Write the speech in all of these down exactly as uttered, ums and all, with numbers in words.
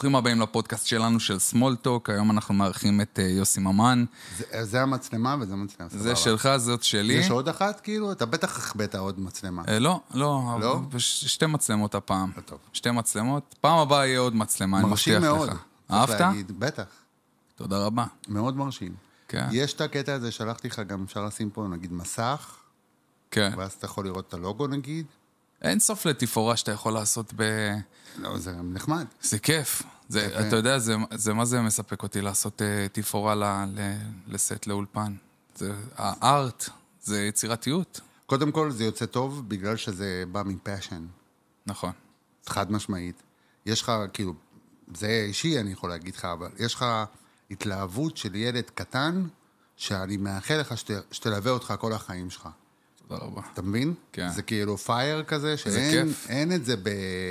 ברוכים הבאים לפודקאסט שלנו של סמולטוק, היום אנחנו מארחים את יוסי ממן. זה, זה המצלמה וזה מצלמה. זה שלך, זאת שלי. יש עוד אחת כאילו? אתה בטח החבאת עוד מצלמה. אה, לא, לא, לא? שתי מצלמות הפעם. טוב. שתי מצלמות. פעם הבאה יהיה עוד מצלמה, אני מבטיח לך. מרשים מאוד. אהבת? להגיד, בטח. תודה רבה. מאוד מרשים. כן. יש את הקטע הזה, שלחתי לך גם, אפשר לשים פה נגיד מסך, כן. ואז אתה יכול לראות את הלוגו נגיד. אין סוף לתפאורה שאתה יכול לעשות ב... לא, זה נחמד. זה כיף. זה, אתה יודע, זה, זה מה זה מספק אותי לעשות uh, תפאורה ל, ל, לסט לאולפן. זה, הארט, זה יצירתיות. קודם כל זה יוצא טוב בגלל שזה בא מפאשן. נכון. חד משמעית. יש לך, כאילו, זה אישי אני יכול להגיד לך, אבל יש לך התלהבות של ילד קטן, שאני מאחל לך שת, שתלווה אותך כל החיים שלך. תודה רבה. אתה מבין? כן. זה כאילו פייר כזה, שאין אין את זה ב...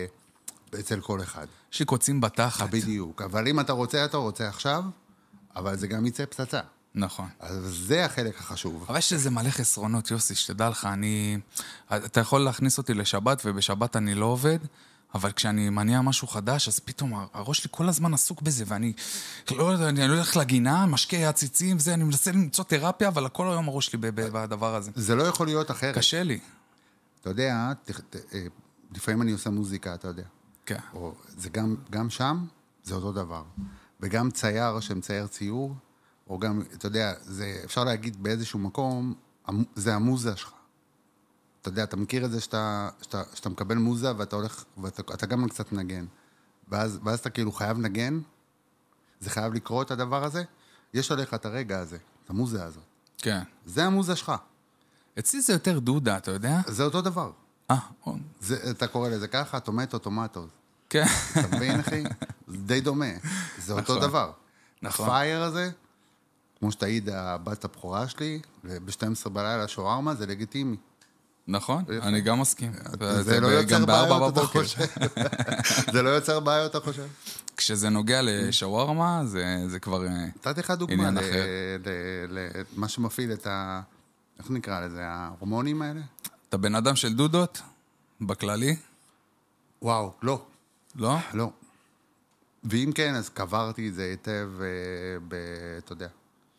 אצל כל אחד. שקוצים בתחת. בדיוק. אבל אם אתה רוצה, אתה רוצה עכשיו, אבל זה גם יצא פצצה. נכון. אז זה החלק החשוב. אבל יש לזה מלא חסרונות, יוסי, שתדע לך, אני... אתה יכול להכניס אותי לשבת, ובשבת אני לא עובד, אבל כשאני מניע משהו חדש, אז פתאום הראש שלי כל הזמן עסוק בזה, ואני לא יודע, אני הולך לגינה, משקה הציצים, וזה, אני מנסה למצוא תרפיה, אבל כל היום הראש שלי בדבר הזה. זה לא יכול להיות אחרת. קשה לי. אתה יודע, ת, ת, לפעמים אני עושה מוזיקה, אתה יודע. כן. או, זה גם, גם שם, זה אותו דבר. וגם צייר שמצייר ציור, או גם, אתה יודע, זה, אפשר להגיד באיזשהו מקום, זה המוזה שלך. אתה יודע, אתה מכיר את זה שאתה, שאתה, שאתה מקבל מוזה ואתה הולך, ואתה אתה גם קצת נגן. ואז, ואז אתה כאילו חייב נגן, זה חייב לקרוא את הדבר הזה, יש עליך את הרגע הזה, את המוזה הזאת. כן. זה המוזה שלך. אצלי זה יותר דודה, אתה יודע? זה אותו דבר. אה, זה, אתה קורא לזה ככה, טומטו, טומטו. כן. אתה מבין, אחי? זה די דומה. זה אותו דבר. נכון. הפייר הזה, כמו שתעיד הבת הבכורה שלי, ב-שתים עשרה בלילה שוארמה, זה לגיטימי. נכון, אני גם מסכים. זה לא יוצר בעיות, אתה חושב. זה לא יוצר בעיות, אתה חושב. כשזה נוגע לשווארמה, זה כבר נתתי לך דוגמה למה שמפעיל את ה... איך נקרא לזה? ההורמונים האלה? אתה בן אדם של דודות? בכללי? וואו, לא. לא? לא. ואם כן, אז קברתי את זה היטב, ב... אתה יודע,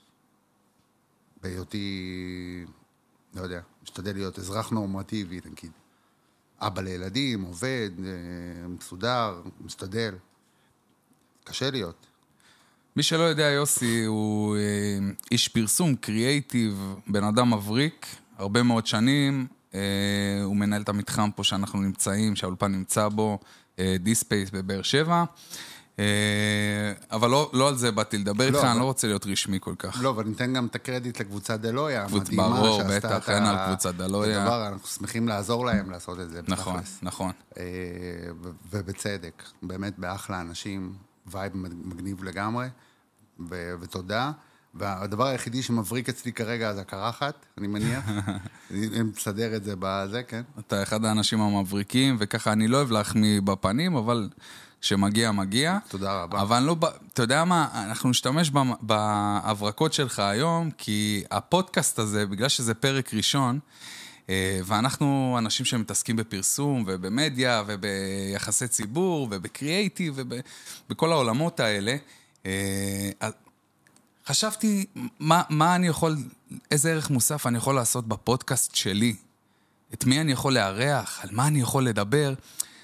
בהיותי... לא יודע, משתדל להיות אזרח נורמטיבי, נגיד. אבא לילדים, עובד, מסודר, משתדל. קשה להיות. מי שלא יודע, יוסי הוא איש פרסום, קריאייטיב, בן אדם מבריק, הרבה מאוד שנים. הוא מנהל את המתחם פה שאנחנו נמצאים, שהאולפן נמצא בו, דיספייס בבאר שבע. אבל לא, לא על זה באתי לדבר איתך, אני לא רוצה להיות רשמי כל כך. לא, אבל ניתן גם את הקרדיט לקבוצת דלויה, המדהימה ברור, בטח, אין על קבוצת דלויה. הדבר, אנחנו שמחים לעזור להם לעשות את זה. נכון, נכון. ובצדק, באמת באחלה אנשים, וייב מגניב לגמרי, ותודה. והדבר היחידי שמבריק אצלי כרגע זה הקרחת, אני מניח. אני מסדר את זה בזה, כן? אתה אחד האנשים המבריקים, וככה אני לא אוהב להחמיא בפנים, אבל... שמגיע, מגיע. תודה רבה. אבל לא, אתה יודע מה, אנחנו נשתמש בהברקות שלך היום, כי הפודקאסט הזה, בגלל שזה פרק ראשון, ואנחנו אנשים שמתעסקים בפרסום ובמדיה וביחסי ציבור ובקריאייטיב ובכל העולמות האלה, חשבתי מה, מה אני יכול, איזה ערך מוסף אני יכול לעשות בפודקאסט שלי, את מי אני יכול לארח, על מה אני יכול לדבר,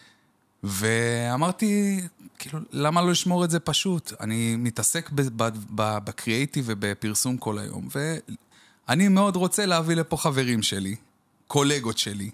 ואמרתי, כאילו, למה לא לשמור את זה פשוט? אני מתעסק בקריאייטיב ובפרסום כל היום, ואני מאוד רוצה להביא לפה חברים שלי, קולגות שלי,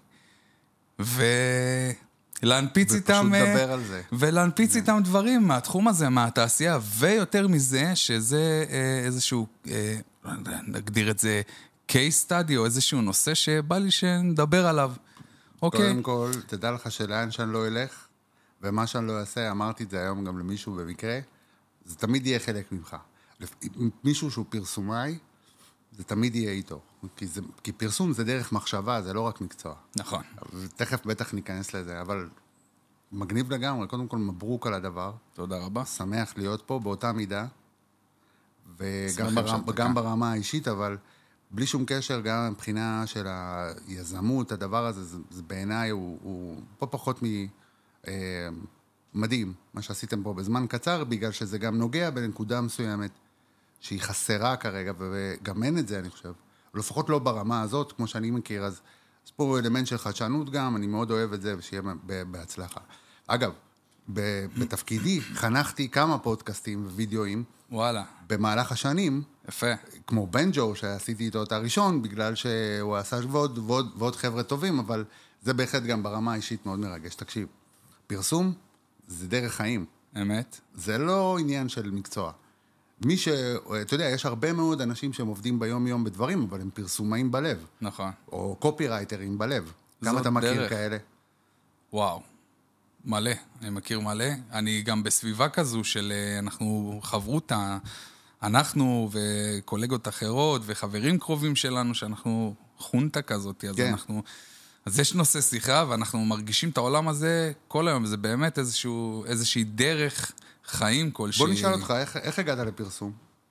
ולהנפיץ איתם, ולהנפיץ איתם דברים מהתחום הזה, מהתעשייה, ויותר מזה, שזה איזשהו, נגדיר את זה, case study, או איזשהו נושא שבא לי שנדבר עליו. קודם כל, תדע לך שלאן שאני לא אלך, ומה שאני לא אעשה, אמרתי את זה היום גם למישהו במקרה, זה תמיד יהיה חלק ממך. מישהו שהוא פרסומאי, זה תמיד יהיה איתו. כי, זה, כי פרסום זה דרך מחשבה, זה לא רק מקצוע. נכון. תכף בטח ניכנס לזה, אבל מגניב לגמרי, קודם כל מברוק על הדבר. תודה רבה. שמח להיות פה באותה מידה, וגם ברמה, גם ברמה האישית, אבל בלי שום קשר, גם מבחינה של היזמות, הדבר הזה, זה, זה בעיניי הוא, הוא פה פחות מ... מדהים, מה שעשיתם פה בזמן קצר, בגלל שזה גם נוגע בנקודה מסוימת, שהיא חסרה כרגע, וגם אין את זה, אני חושב. לפחות לא ברמה הזאת, כמו שאני מכיר, אז, אז פה אלמנט של חדשנות גם, אני מאוד אוהב את זה, ושיהיה בהצלחה. אגב, בתפקידי חנכתי כמה פודקאסטים ווידאוים, וואלה. במהלך השנים, יפה. כמו בנג'ו, שעשיתי איתו את הראשון, בגלל שהוא עשה ועוד, ועוד, ועוד חבר'ה טובים, אבל זה בהחלט גם ברמה האישית מאוד מרגש. תקשיב, פרסום זה דרך חיים. אמת. זה לא עניין של מקצוע. מי ש... אתה יודע, יש הרבה מאוד אנשים שהם עובדים ביום-יום בדברים, אבל הם פרסומאים בלב. נכון. או קופירייטרים בלב. כמה אתה מכיר דרך. כאלה? וואו. מלא. אני מכיר מלא. אני גם בסביבה כזו של אנחנו חברותה, אנחנו וקולגות אחרות וחברים קרובים שלנו, שאנחנו חונטה כזאת. אז כן. אנחנו... אז יש נושא שיחה, ואנחנו מרגישים את העולם הזה כל היום. זה באמת איזשהו, איזושהי דרך חיים כלשהי. בוא נשאל אותך, איך, איך הגעת לפרסום?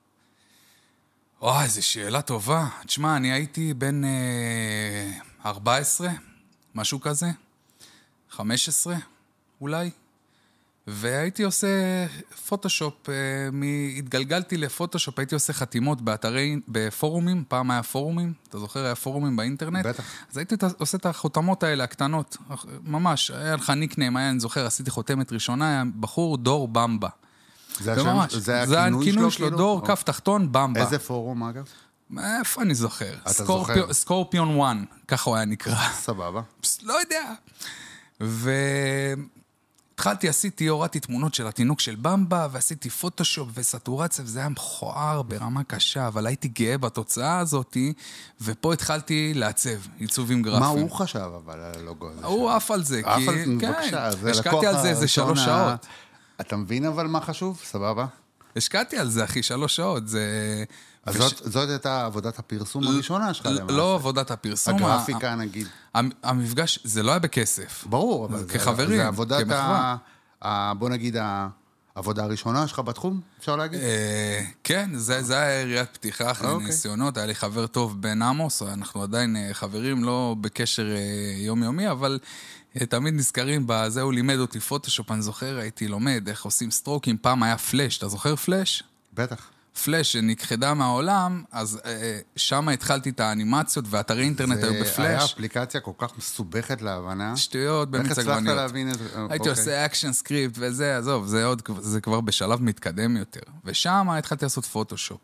וואי, איזו שאלה טובה. תשמע, אני הייתי בין אה, ארבע עשרה, משהו כזה, חמש עשרה אולי, והייתי עושה פוטושופ, התגלגלתי לפוטושופ, הייתי עושה חתימות באתרי, בפורומים, פעם היה פורומים, אתה זוכר, היה פורומים באינטרנט? בטח. אז הייתי עושה את החותמות האלה, הקטנות, ממש, היה לך ניקניים, היה, אני זוכר, עשיתי חותמת ראשונה, היה בחור דור במבה. זה השם, זה הכינוי שלו, דור, כף תחתון, במבה. איזה פורום, אגב? איפה אני זוכר? אתה זוכר? סקורפיון אחת, ככה הוא היה נקרא. סבבה. לא יודע. ו... התחלתי, עשיתי, הורדתי תמונות של התינוק של במבה, ועשיתי פוטושופ וסטורציה, וזה היה מכוער ברמה קשה, אבל הייתי גאה בתוצאה הזאת, ופה התחלתי לעצב, עיצובים גרפיים. מה הוא חשב אבל על הלוגו הזה? הוא עף על זה, כי... כן, השקעתי על זה איזה שלוש שעות. אתה מבין אבל מה חשוב? סבבה? השקעתי על זה, אחי, שלוש שעות, זה... אז וש... זאת, זאת הייתה עבודת הפרסום הראשונה שלך למעשה. לא עבודת הפרסום. הגרפיקה ה... נגיד. המפגש, זה לא היה בכסף. ברור, אבל כחברים, זה, זה עבודת ה... ה... בוא נגיד העבודה הראשונה שלך בתחום, אפשר להגיד? כן, זה, זה היה יריית פתיחה אחרי okay. ניסיונות, היה לי חבר טוב בן עמוס, אנחנו עדיין חברים, לא בקשר יומיומי, אבל תמיד נזכרים בזה, הוא לימד אותי פוטושופ, אני זוכר, הייתי לומד איך עושים סטרוקים, פעם היה פלש, אתה זוכר פלש? בטח. פלש שנכחדה מהעולם, אז שם התחלתי את האנימציות, ואתרי אינטרנט היו בפלש. זה היה אפליקציה כל כך מסובכת להבנה. שטויות, במיץ עגבניות. איך הצלחת להבין את זה? הייתי עושה אקשן סקריפט וזה, עזוב, זה, עוד, זה כבר בשלב מתקדם יותר. ושם התחלתי לעשות פוטושופ.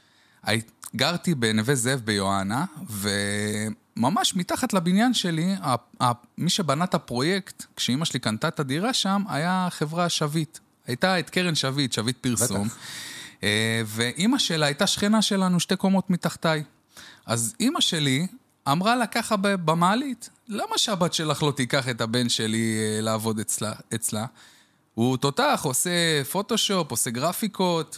גרתי בנווה זאב ביואנה, וממש מתחת לבניין שלי, מי שבנה את הפרויקט, כשאמא שלי קנתה את הדירה שם, היה חברה שביט. הייתה את קרן שביט, שביט פרסום. בטח. ואימא שלה הייתה שכנה שלנו שתי קומות מתחתיי. אז אימא שלי אמרה לה ככה במעלית, למה שהבת שלך לא תיקח את הבן שלי לעבוד אצלה? אצלה? הוא תותח, עושה פוטושופ, עושה גרפיקות.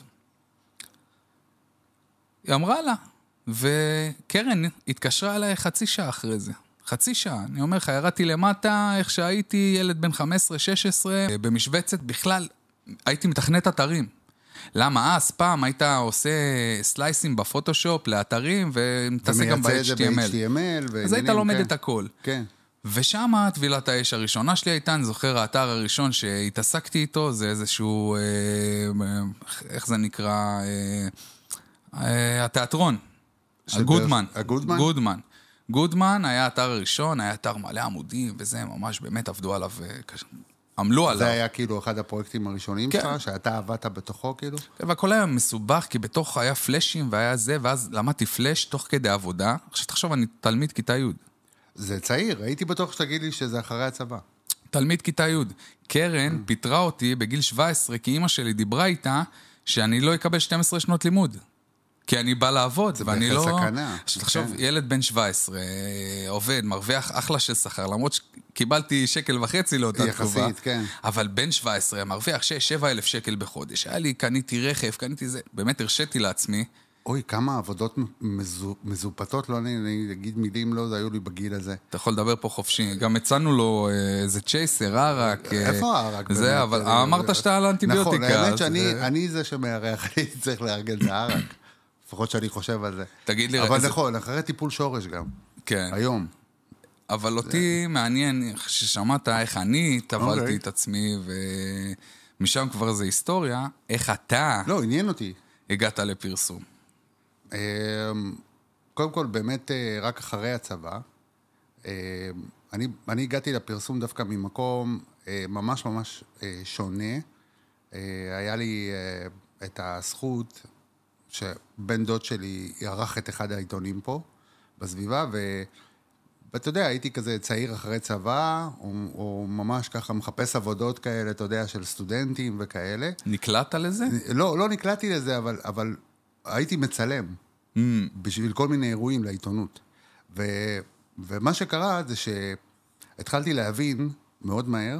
היא אמרה לה, וקרן התקשרה אליי חצי שעה אחרי זה. חצי שעה, אני אומר לך, ירדתי למטה, איך שהייתי ילד בן חמש עשרה שש עשרה, במשבצת בכלל, הייתי מתכנת אתרים. למה? אז פעם היית עושה סלייסים בפוטושופ לאתרים, ומתעסק גם ב-אייץ' טי אם אל. אז היית לומד את הכל. כן. ושם טבילת האש הראשונה שלי הייתה, אני זוכר, האתר הראשון שהתעסקתי איתו, זה איזשהו, איך זה נקרא, התיאטרון. הגודמן. הגודמן? גודמן. גודמן היה האתר הראשון, היה אתר מלא עמודים, וזה ממש באמת עבדו עליו עמלו עליו. זה היה כאילו אחד הפרויקטים הראשונים שלך, שאתה עבדת בתוכו כאילו? כן, והכל היה מסובך, כי בתוך היה פלשים והיה זה, ואז למדתי פלש תוך כדי עבודה. עכשיו תחשוב, אני תלמיד כיתה י'. זה צעיר, הייתי בטוח שתגיד לי שזה אחרי הצבא. תלמיד כיתה י'. קרן פיתרה אותי בגיל שבע עשרה, כי אמא שלי דיברה איתה שאני לא אקבל שתים עשרה שנות לימוד. כי אני בא לעבוד, ואני לא... סכנה. תחשוב, ילד בן שבע עשרה, עובד, מרוויח אחלה של שכר, למרות שקיבלתי שקל וחצי לאותה תקובה. יחסית, כן. אבל בן שבע עשרה, מרוויח שש, שבע אלף שקל בחודש. היה לי, קניתי רכב, קניתי זה, באמת הרשיתי לעצמי. אוי, כמה עבודות מזופתות, לא אני אגיד מילים, לא, זה היו לי בגיל הזה. אתה יכול לדבר פה חופשי. גם הצענו לו איזה צ'ייסר, ערק. איפה הערק? זה, אבל אמרת שאתה על האנטיביוטיקה. נכון, האמת שאני זה שמארח, אני צריך לארגן את הערק. לפחות שאני חושב על זה. תגיד לי... אבל נכון, אחרי טיפול שורש גם. כן. היום. אבל אותי מעניין, ששמעת איך אני טבלתי את עצמי, ומשם כבר זה היסטוריה, איך אתה... לא, עניין אותי. הגעת לפרסום. קודם כל, באמת, רק אחרי הצבא, אני, אני הגעתי לפרסום דווקא ממקום ממש ממש שונה. היה לי את הזכות שבן דוד שלי יערך את אחד העיתונים פה, בסביבה, ו... ואתה יודע, הייתי כזה צעיר אחרי צבא, או, או ממש ככה מחפש עבודות כאלה, אתה יודע, של סטודנטים וכאלה. נקלעת לזה? לא, לא נקלעתי לזה, אבל, אבל הייתי מצלם, mm. בשביל כל מיני אירועים לעיתונות. ו, ומה שקרה זה שהתחלתי להבין מאוד מהר,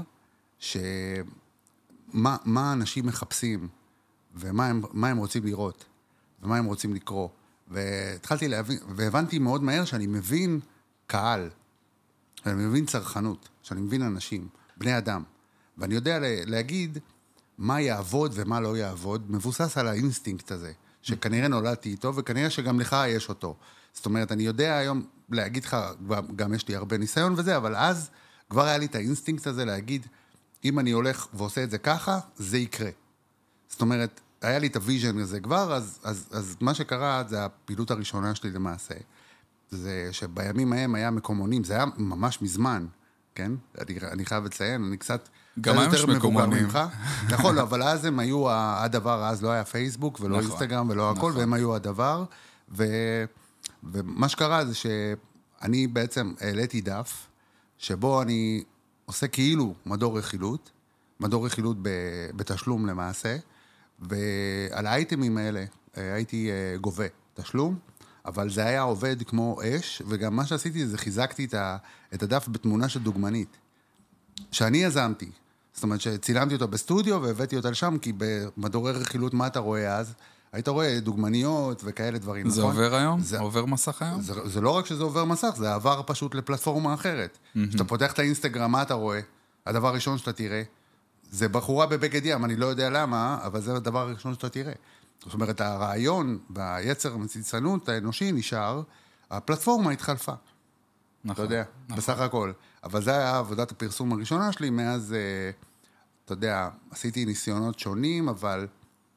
שמה, מה אנשים מחפשים, ומה הם, מה הם רוצים לראות, ומה הם רוצים לקרוא. והתחלתי להבין, והבנתי מאוד מהר שאני מבין קהל, שאני מבין צרכנות, שאני מבין אנשים, בני אדם. ואני יודע להגיד מה יעבוד ומה לא יעבוד, מבוסס על האינסטינקט הזה, שכנראה נולדתי איתו, וכנראה שגם לך יש אותו. זאת אומרת, אני יודע היום להגיד לך, גם יש לי הרבה ניסיון וזה, אבל אז כבר היה לי את האינסטינקט הזה להגיד, אם אני הולך ועושה את זה ככה, זה יקרה. זאת אומרת, היה לי את הוויז'ן הזה כבר, אז, אז, אז מה שקרה זה הפעילות הראשונה שלי למעשה. זה שבימים ההם היה מקומונים, זה היה ממש מזמן, כן? אני, אני חייב לציין, אני קצת... גם היום יש מקומונים. נכון, אבל אז הם היו הדבר, אז לא היה פייסבוק ולא נכון, אינסטגרם ולא הכל, נכון. והם היו הדבר, ו, ומה שקרה זה שאני בעצם העליתי דף, שבו אני עושה כאילו מדור רכילות, מדור רכילות בתשלום למעשה, ועל האייטמים האלה הייתי גובה תשלום, אבל זה היה עובד כמו אש, וגם מה שעשיתי זה חיזקתי את הדף בתמונה של דוגמנית, שאני יזמתי. זאת אומרת שצילמתי אותו בסטודיו והבאתי אותה לשם, כי במדורי רכילות מה אתה רואה אז? היית רואה דוגמניות וכאלה דברים, זה נכון? עובר היום? זה עובר מסך היום? זה, זה לא רק שזה עובר מסך, זה עבר פשוט לפלטפורמה אחרת. כשאתה פותח את האינסטגרם, מה אתה רואה? הדבר הראשון שאתה תראה, זה בחורה בבגד ים, אני לא יודע למה, אבל זה הדבר הראשון שאתה תראה. זאת אומרת, הרעיון ביצר המציצנות האנושי נשאר, הפלטפורמה התחלפה. נכון. אתה יודע, נכון. בסך הכל. אבל זה היה עבודת הפרסום הראשונה שלי, מאז, אתה יודע, עשיתי ניסיונות שונים, אבל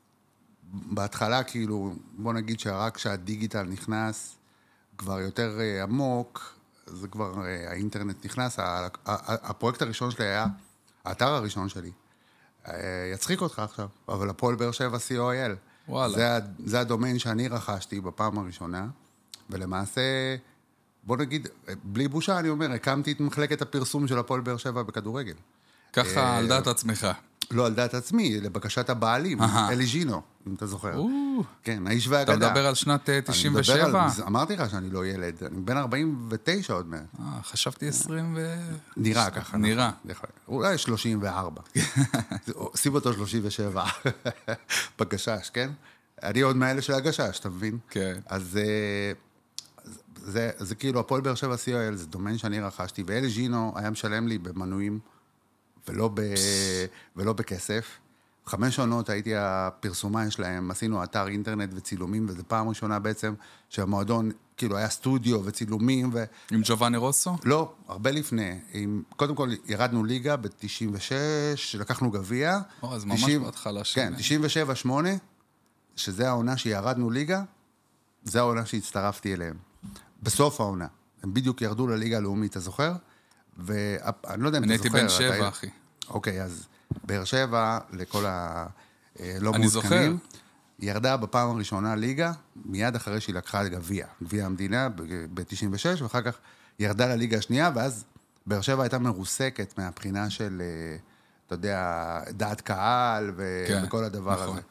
בהתחלה, כאילו, בוא נגיד שרק כשהדיגיטל נכנס כבר יותר עמוק, זה כבר האינטרנט נכנס, הפרויקט הראשון שלי היה, האתר הראשון שלי, יצחיק אותך עכשיו, אבל הפועל באר שבע סי או אל. וואלה. זה, זה הדומיין שאני רכשתי בפעם הראשונה, ולמעשה, בוא נגיד, בלי בושה אני אומר, הקמתי את מחלקת הפרסום של הפועל באר שבע בכדורגל. ככה על דעת עצמך. לא על דעת עצמי, לבקשת הבעלים, אלי ז'ינו, אם אתה זוכר. כן, האיש והאגדה. אתה מדבר על שנת תשעים ושבע? אמרתי לך שאני לא ילד, אני בן ארבעים ותשע עוד מעט. חשבתי עשרים ו... נראה ככה. נראה. אולי שלושים וארבע. שים אותו שלושים ושבע. בגשש, כן? אני עוד מהאלה של הגשש, אתה מבין? כן. אז זה, זה כאילו, הפועל באר שבע סי או אל, זה דומיין שאני רכשתי, ואלי ז'ינו היה משלם לי במנויים, ולא, ב... ולא בכסף. חמש עונות הייתי הפרסומאי שלהם, עשינו אתר אינטרנט וצילומים, וזו פעם ראשונה בעצם שהמועדון, כאילו היה סטודיו וצילומים. ו... עם ג'ובאני רוסו? לא, הרבה לפני. עם... קודם כל ירדנו ליגה ב-תשעים ושש, לקחנו גביע. או, אז ממש תשעים... בהתחלה שלה. כן, תשעים ושבע שמונה, שזה העונה שירדנו ליגה, זה העונה שהצטרפתי אליהם. בסוף העונה. הם בדיוק ירדו לליגה הלאומית, אתה זוכר? ואני לא יודע אם אתה זוכר. אני הייתי בן שבע, אחי. אוקיי, אז באר שבע, לכל הלא מעודכנים, ירדה בפעם הראשונה ליגה, מיד אחרי שהיא לקחה גביע, גביע המדינה ב-תשעים ושש, ואחר כך ירדה לליגה השנייה, ואז באר שבע הייתה מרוסקת מהבחינה של, אתה יודע, דעת קהל וכל הדבר הזה.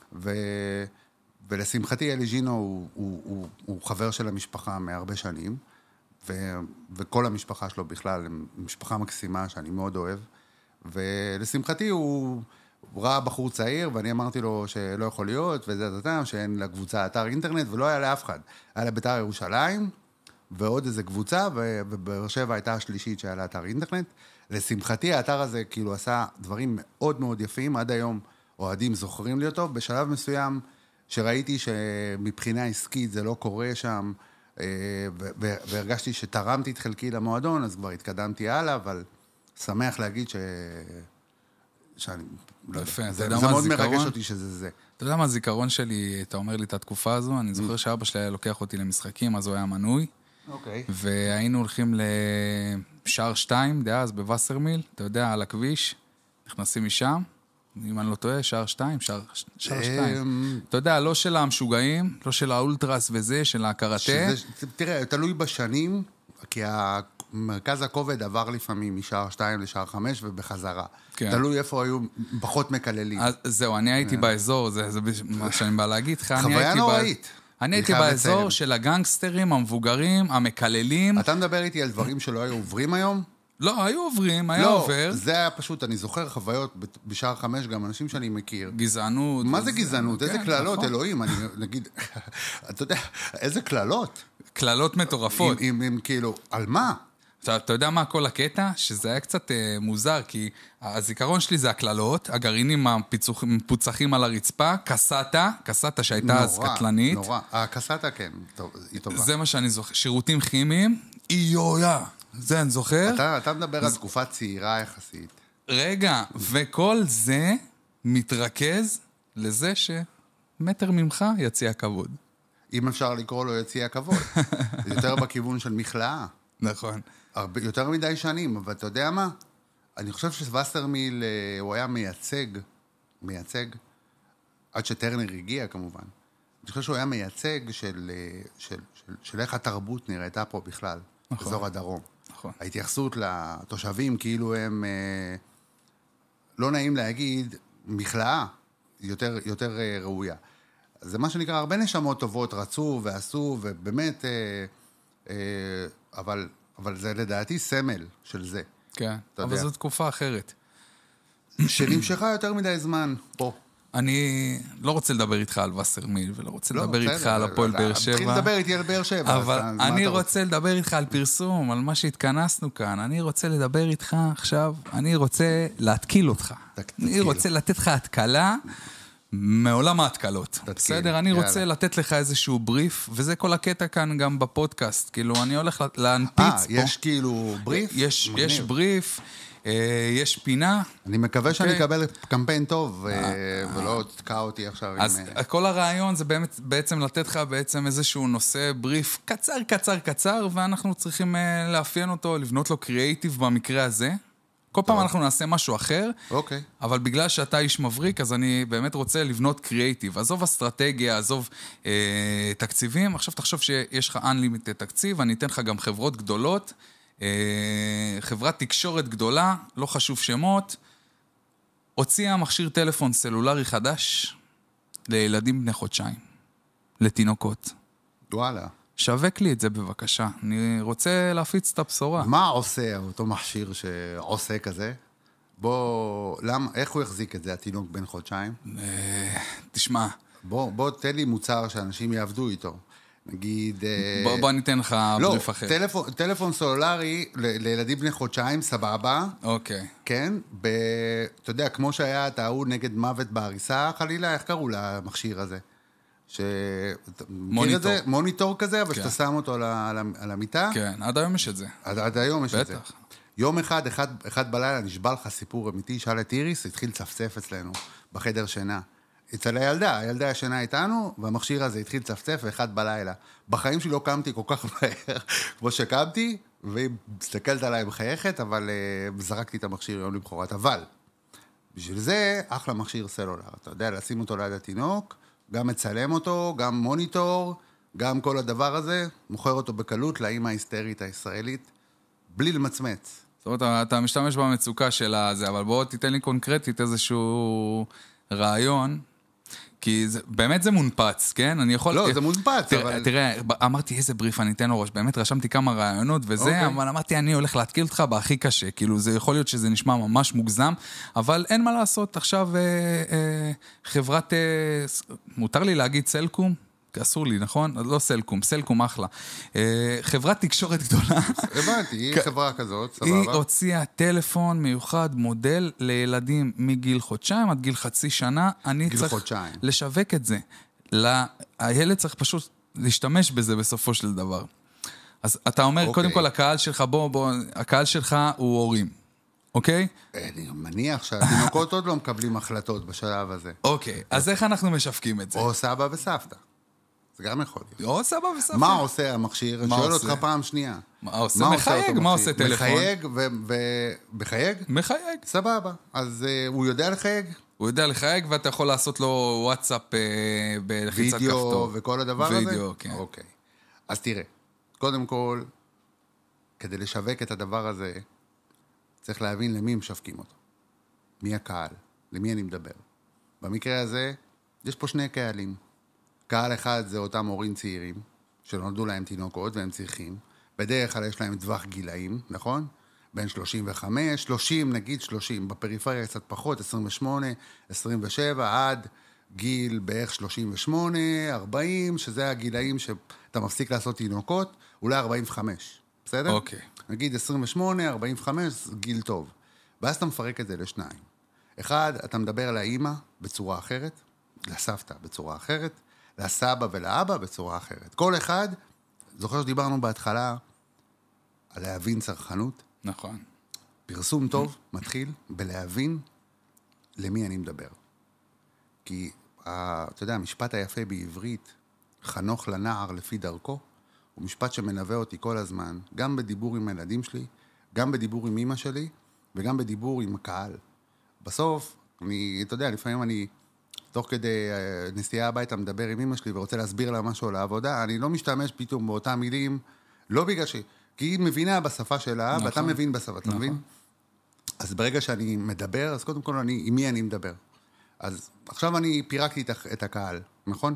ולשמחתי אלי ז'ינו הוא, הוא, הוא, הוא חבר של המשפחה מהרבה שנים, ו, וכל המשפחה שלו בכלל, משפחה מקסימה שאני מאוד אוהב, ולשמחתי הוא, הוא ראה בחור צעיר, ואני אמרתי לו שלא יכול להיות, וזה דתם, שאין לקבוצה אתר אינטרנט, ולא היה לאף אחד. היה לביתר ירושלים, ועוד איזה קבוצה, ובאר שבע הייתה השלישית שהיה לה אתר אינטרנט. לשמחתי האתר הזה כאילו עשה דברים מאוד מאוד יפים, עד היום אוהדים זוכרים לי אותו, בשלב מסוים שראיתי שמבחינה עסקית זה לא קורה שם, והרגשתי שתרמתי את חלקי למועדון, אז כבר התקדמתי הלאה, אבל שמח להגיד ש... שאני... יפה, זה מאוד מרגש אותי שזה זה. אתה יודע מה הזיכרון שלי, אתה אומר לי את התקופה הזו, אני זוכר שאבא שלי היה לוקח אותי למשחקים, אז הוא היה מנוי, אוקיי. והיינו הולכים לשער שתיים, דאז בווסרמיל, אתה יודע, על הכביש, נכנסים משם, אם אני לא טועה, שער שתיים, שער שתיים. אתה יודע, לא של המשוגעים, לא של האולטרס וזה, של הקראטה. תראה, תלוי בשנים, כי מרכז הכובד עבר לפעמים משער שתיים לשער חמש ובחזרה. תלוי איפה היו פחות מקללים. זהו, אני הייתי באזור, זה מה שאני בא להגיד לך. חוויה נוראית. אני הייתי באזור של הגנגסטרים, המבוגרים, המקללים. אתה מדבר איתי על דברים שלא היו עוברים היום? לא, היו עוברים, היה עובר. לא, זה היה פשוט, אני זוכר חוויות בשער חמש, גם אנשים שאני מכיר. גזענות. מה זה גזענות? איזה כללות, אלוהים, אני נגיד, אתה יודע, איזה כללות? כללות מטורפות. אם כאילו, על מה? אתה יודע מה כל הקטע? שזה היה קצת מוזר, כי הזיכרון שלי זה הכללות, הגרעינים המפוצחים על הרצפה, קסטה, קסטה שהייתה אז קטלנית. נורא, נורא. הקסטה כן, היא טובה. זה מה שאני זוכר. שירותים כימיים, איויה. זה אני זוכר. אתה, אתה מדבר על תקופה צעירה יחסית. רגע, וכל זה מתרכז לזה שמטר ממך יציע כבוד. אם אפשר לקרוא לו יציע כבוד. זה יותר בכיוון של מכלאה. נכון. הרבה, יותר מדי שנים, אבל אתה יודע מה? אני חושב שווסרמיל, הוא היה מייצג, מייצג, עד שטרנר הגיע כמובן. אני חושב שהוא היה מייצג של, של, של, של איך התרבות נראיתה פה בכלל, נכון. באזור הדרום. נכון. ההתייחסות לתושבים כאילו הם, לא נעים להגיד, מכלאה, יותר, יותר ראויה. זה מה שנקרא, הרבה נשמות טובות רצו ועשו, ובאמת, אבל, אבל זה לדעתי סמל של זה. כן, אבל זו תקופה אחרת. שנמשכה יותר מדי זמן פה. אני לא רוצה לדבר איתך על וסרמיל, ולא רוצה לדבר איתך על הפועל באר שבע. תתחיל לדבר איתי על באר שבע. אבל אני רוצה לדבר איתך על פרסום, על מה שהתכנסנו כאן. אני רוצה לדבר איתך עכשיו, אני רוצה להתקיל אותך. אני רוצה לתת לך התקלה מעולם ההתקלות. בסדר? אני רוצה לתת לך איזשהו בריף, וזה כל הקטע כאן גם בפודקאסט. כאילו, אני הולך להנפיץ פה. יש כאילו בריף? יש בריף. יש פינה. אני מקווה שאני אקבל קמפיין טוב, ולא תתקע אותי עכשיו. אז כל הרעיון זה בעצם לתת לך בעצם איזשהו נושא בריף קצר, קצר, קצר, ואנחנו צריכים לאפיין אותו, לבנות לו קריאייטיב במקרה הזה. כל פעם אנחנו נעשה משהו אחר, אוקיי. אבל בגלל שאתה איש מבריק, אז אני באמת רוצה לבנות קריאייטיב. עזוב אסטרטגיה, עזוב אה, תקציבים. עכשיו תחשוב שיש לך unlimited תקציב, אני אתן לך גם חברות גדולות, אה, חברת תקשורת גדולה, לא חשוב שמות, הוציאה מכשיר טלפון סלולרי חדש לילדים בני חודשיים, לתינוקות. וואלה. שווק לי את זה בבקשה. אני רוצה להפיץ את הבשורה. מה עושה אותו מכשיר שעושה כזה? בוא, למה, איך הוא יחזיק את זה, התינוק בן חודשיים? תשמע. בוא, בוא, תן לי מוצר שאנשים יעבדו איתו. נגיד... בוא, בוא ניתן לך בריף אחר. לא, טלפון, טלפון סולולרי ל, לילדים בני חודשיים, סבבה. אוקיי. כן? ב, אתה יודע, כמו שהיה את ההוא נגד מוות בעריסה, חלילה, איך קראו למכשיר הזה? ש... מוניטור. זה, מוניטור כזה, אבל כן. שאתה שם אותו על, על, על המיטה. כן, עד היום יש את זה. עד, עד היום יש בטח. את זה. יום אחד, אחד, אחד בלילה, נשבע לך סיפור אמיתי, שאל את איריס, התחיל לצפצף אצלנו, בחדר שינה. אצל הילדה, הילדה ישנה איתנו, והמכשיר הזה התחיל לצפצף, ואחד בלילה. בחיים שלי לא קמתי כל כך מהר, כמו שקמתי, והיא מסתכלת עליי מחייכת, אבל uh, זרקתי את המכשיר יום לבחורת. אבל, בשביל זה, אחלה מכשיר סלולר. אתה יודע, לשים אותו ליד התינוק, גם מצלם אותו, גם מוניטור, גם כל הדבר הזה, מוכר אותו בקלות לאמא ההיסטרית הישראלית, בלי למצמץ. זאת אומרת, אתה משתמש במצוקה של הזה, אבל בוא תיתן לי קונקרטית איזשהו רעיון, כי זה, באמת זה מונפץ, כן? אני יכול... לא, זה מונפץ, תראה, אבל... תראה, אמרתי איזה בריף אני אתן לו ראש, באמת רשמתי כמה רעיונות וזה, okay. אבל אמרתי אני הולך להתקיל אותך בהכי קשה, כאילו זה יכול להיות שזה נשמע ממש מוגזם, אבל אין מה לעשות, עכשיו אה, אה, חברת, אה, מותר לי להגיד סלקום? אסור לי, נכון? לא סלקום, סלקום אחלה. חברת תקשורת גדולה. הבנתי, היא חברה כזאת, סבבה. היא הוציאה טלפון מיוחד, מודל לילדים מגיל חודשיים עד גיל חצי שנה. אני צריך לשווק את זה. הילד צריך פשוט להשתמש בזה בסופו של דבר. אז אתה אומר, okay. קודם כל, הקהל שלך, בוא, בוא, הקהל שלך הוא הורים, אוקיי? אני מניח שהתינוקות עוד לא מקבלים החלטות בשלב הזה. אוקיי, אז איך אנחנו משווקים את זה? או סבא וסבתא. זה גם יכול להיות. או סבא וסבתא. מה עושה המכשיר? שואל אותך פעם שנייה. מה עושה? מחייג, מה עושה טלפון? מחייג ובחייג? מחייג. סבבה. אז הוא יודע לחייג? הוא יודע לחייג, ואתה יכול לעשות לו וואטסאפ בלחיצת כפתור. וידאו וכל הדבר הזה? וידאו, כן. אוקיי. אז תראה, קודם כל, כדי לשווק את הדבר הזה, צריך להבין למי משווקים אותו. מי הקהל? למי אני מדבר? במקרה הזה, יש פה שני קהלים. קהל אחד זה אותם הורים צעירים, שנולדו להם תינוקות והם צריכים. בדרך כלל יש להם טווח גילאים, נכון? בין שלושים וחמש, שלושים, נגיד שלושים, בפריפריה קצת פחות, עשרים ושמונה, עשרים ושבע, עד גיל בערך שלושים ושמונה, ארבעים, שזה הגילאים שאתה מפסיק לעשות תינוקות, אולי ארבעים וחמש, בסדר? אוקיי. נגיד עשרים ושמונה, ארבעים וחמש, גיל טוב. ואז אתה מפרק את זה לשניים. אחד, אתה מדבר על האמא בצורה אחרת, לסבתא בצורה אחרת, לסבא ולאבא בצורה אחרת. כל אחד, זוכר שדיברנו בהתחלה על להבין צרכנות? נכון. פרסום טוב מתחיל בלהבין למי אני מדבר. כי, אתה יודע, המשפט היפה בעברית, חנוך לנער לפי דרכו, הוא משפט שמנווה אותי כל הזמן, גם בדיבור עם הילדים שלי, גם בדיבור עם אמא שלי, וגם בדיבור עם הקהל. בסוף, אני, אתה יודע, לפעמים אני, תוך כדי נסיעה הביתה, מדבר עם אמא שלי ורוצה להסביר לה משהו לעבודה, אני לא משתמש פתאום באותם מילים, לא בגלל ש... כי היא מבינה בשפה שלה, נכון. ואתה מבין בשפה, אתה נכון. מבין? אז ברגע שאני מדבר, אז קודם כל אני, עם מי אני מדבר? אז עכשיו אני פירקתי את הקהל, נכון?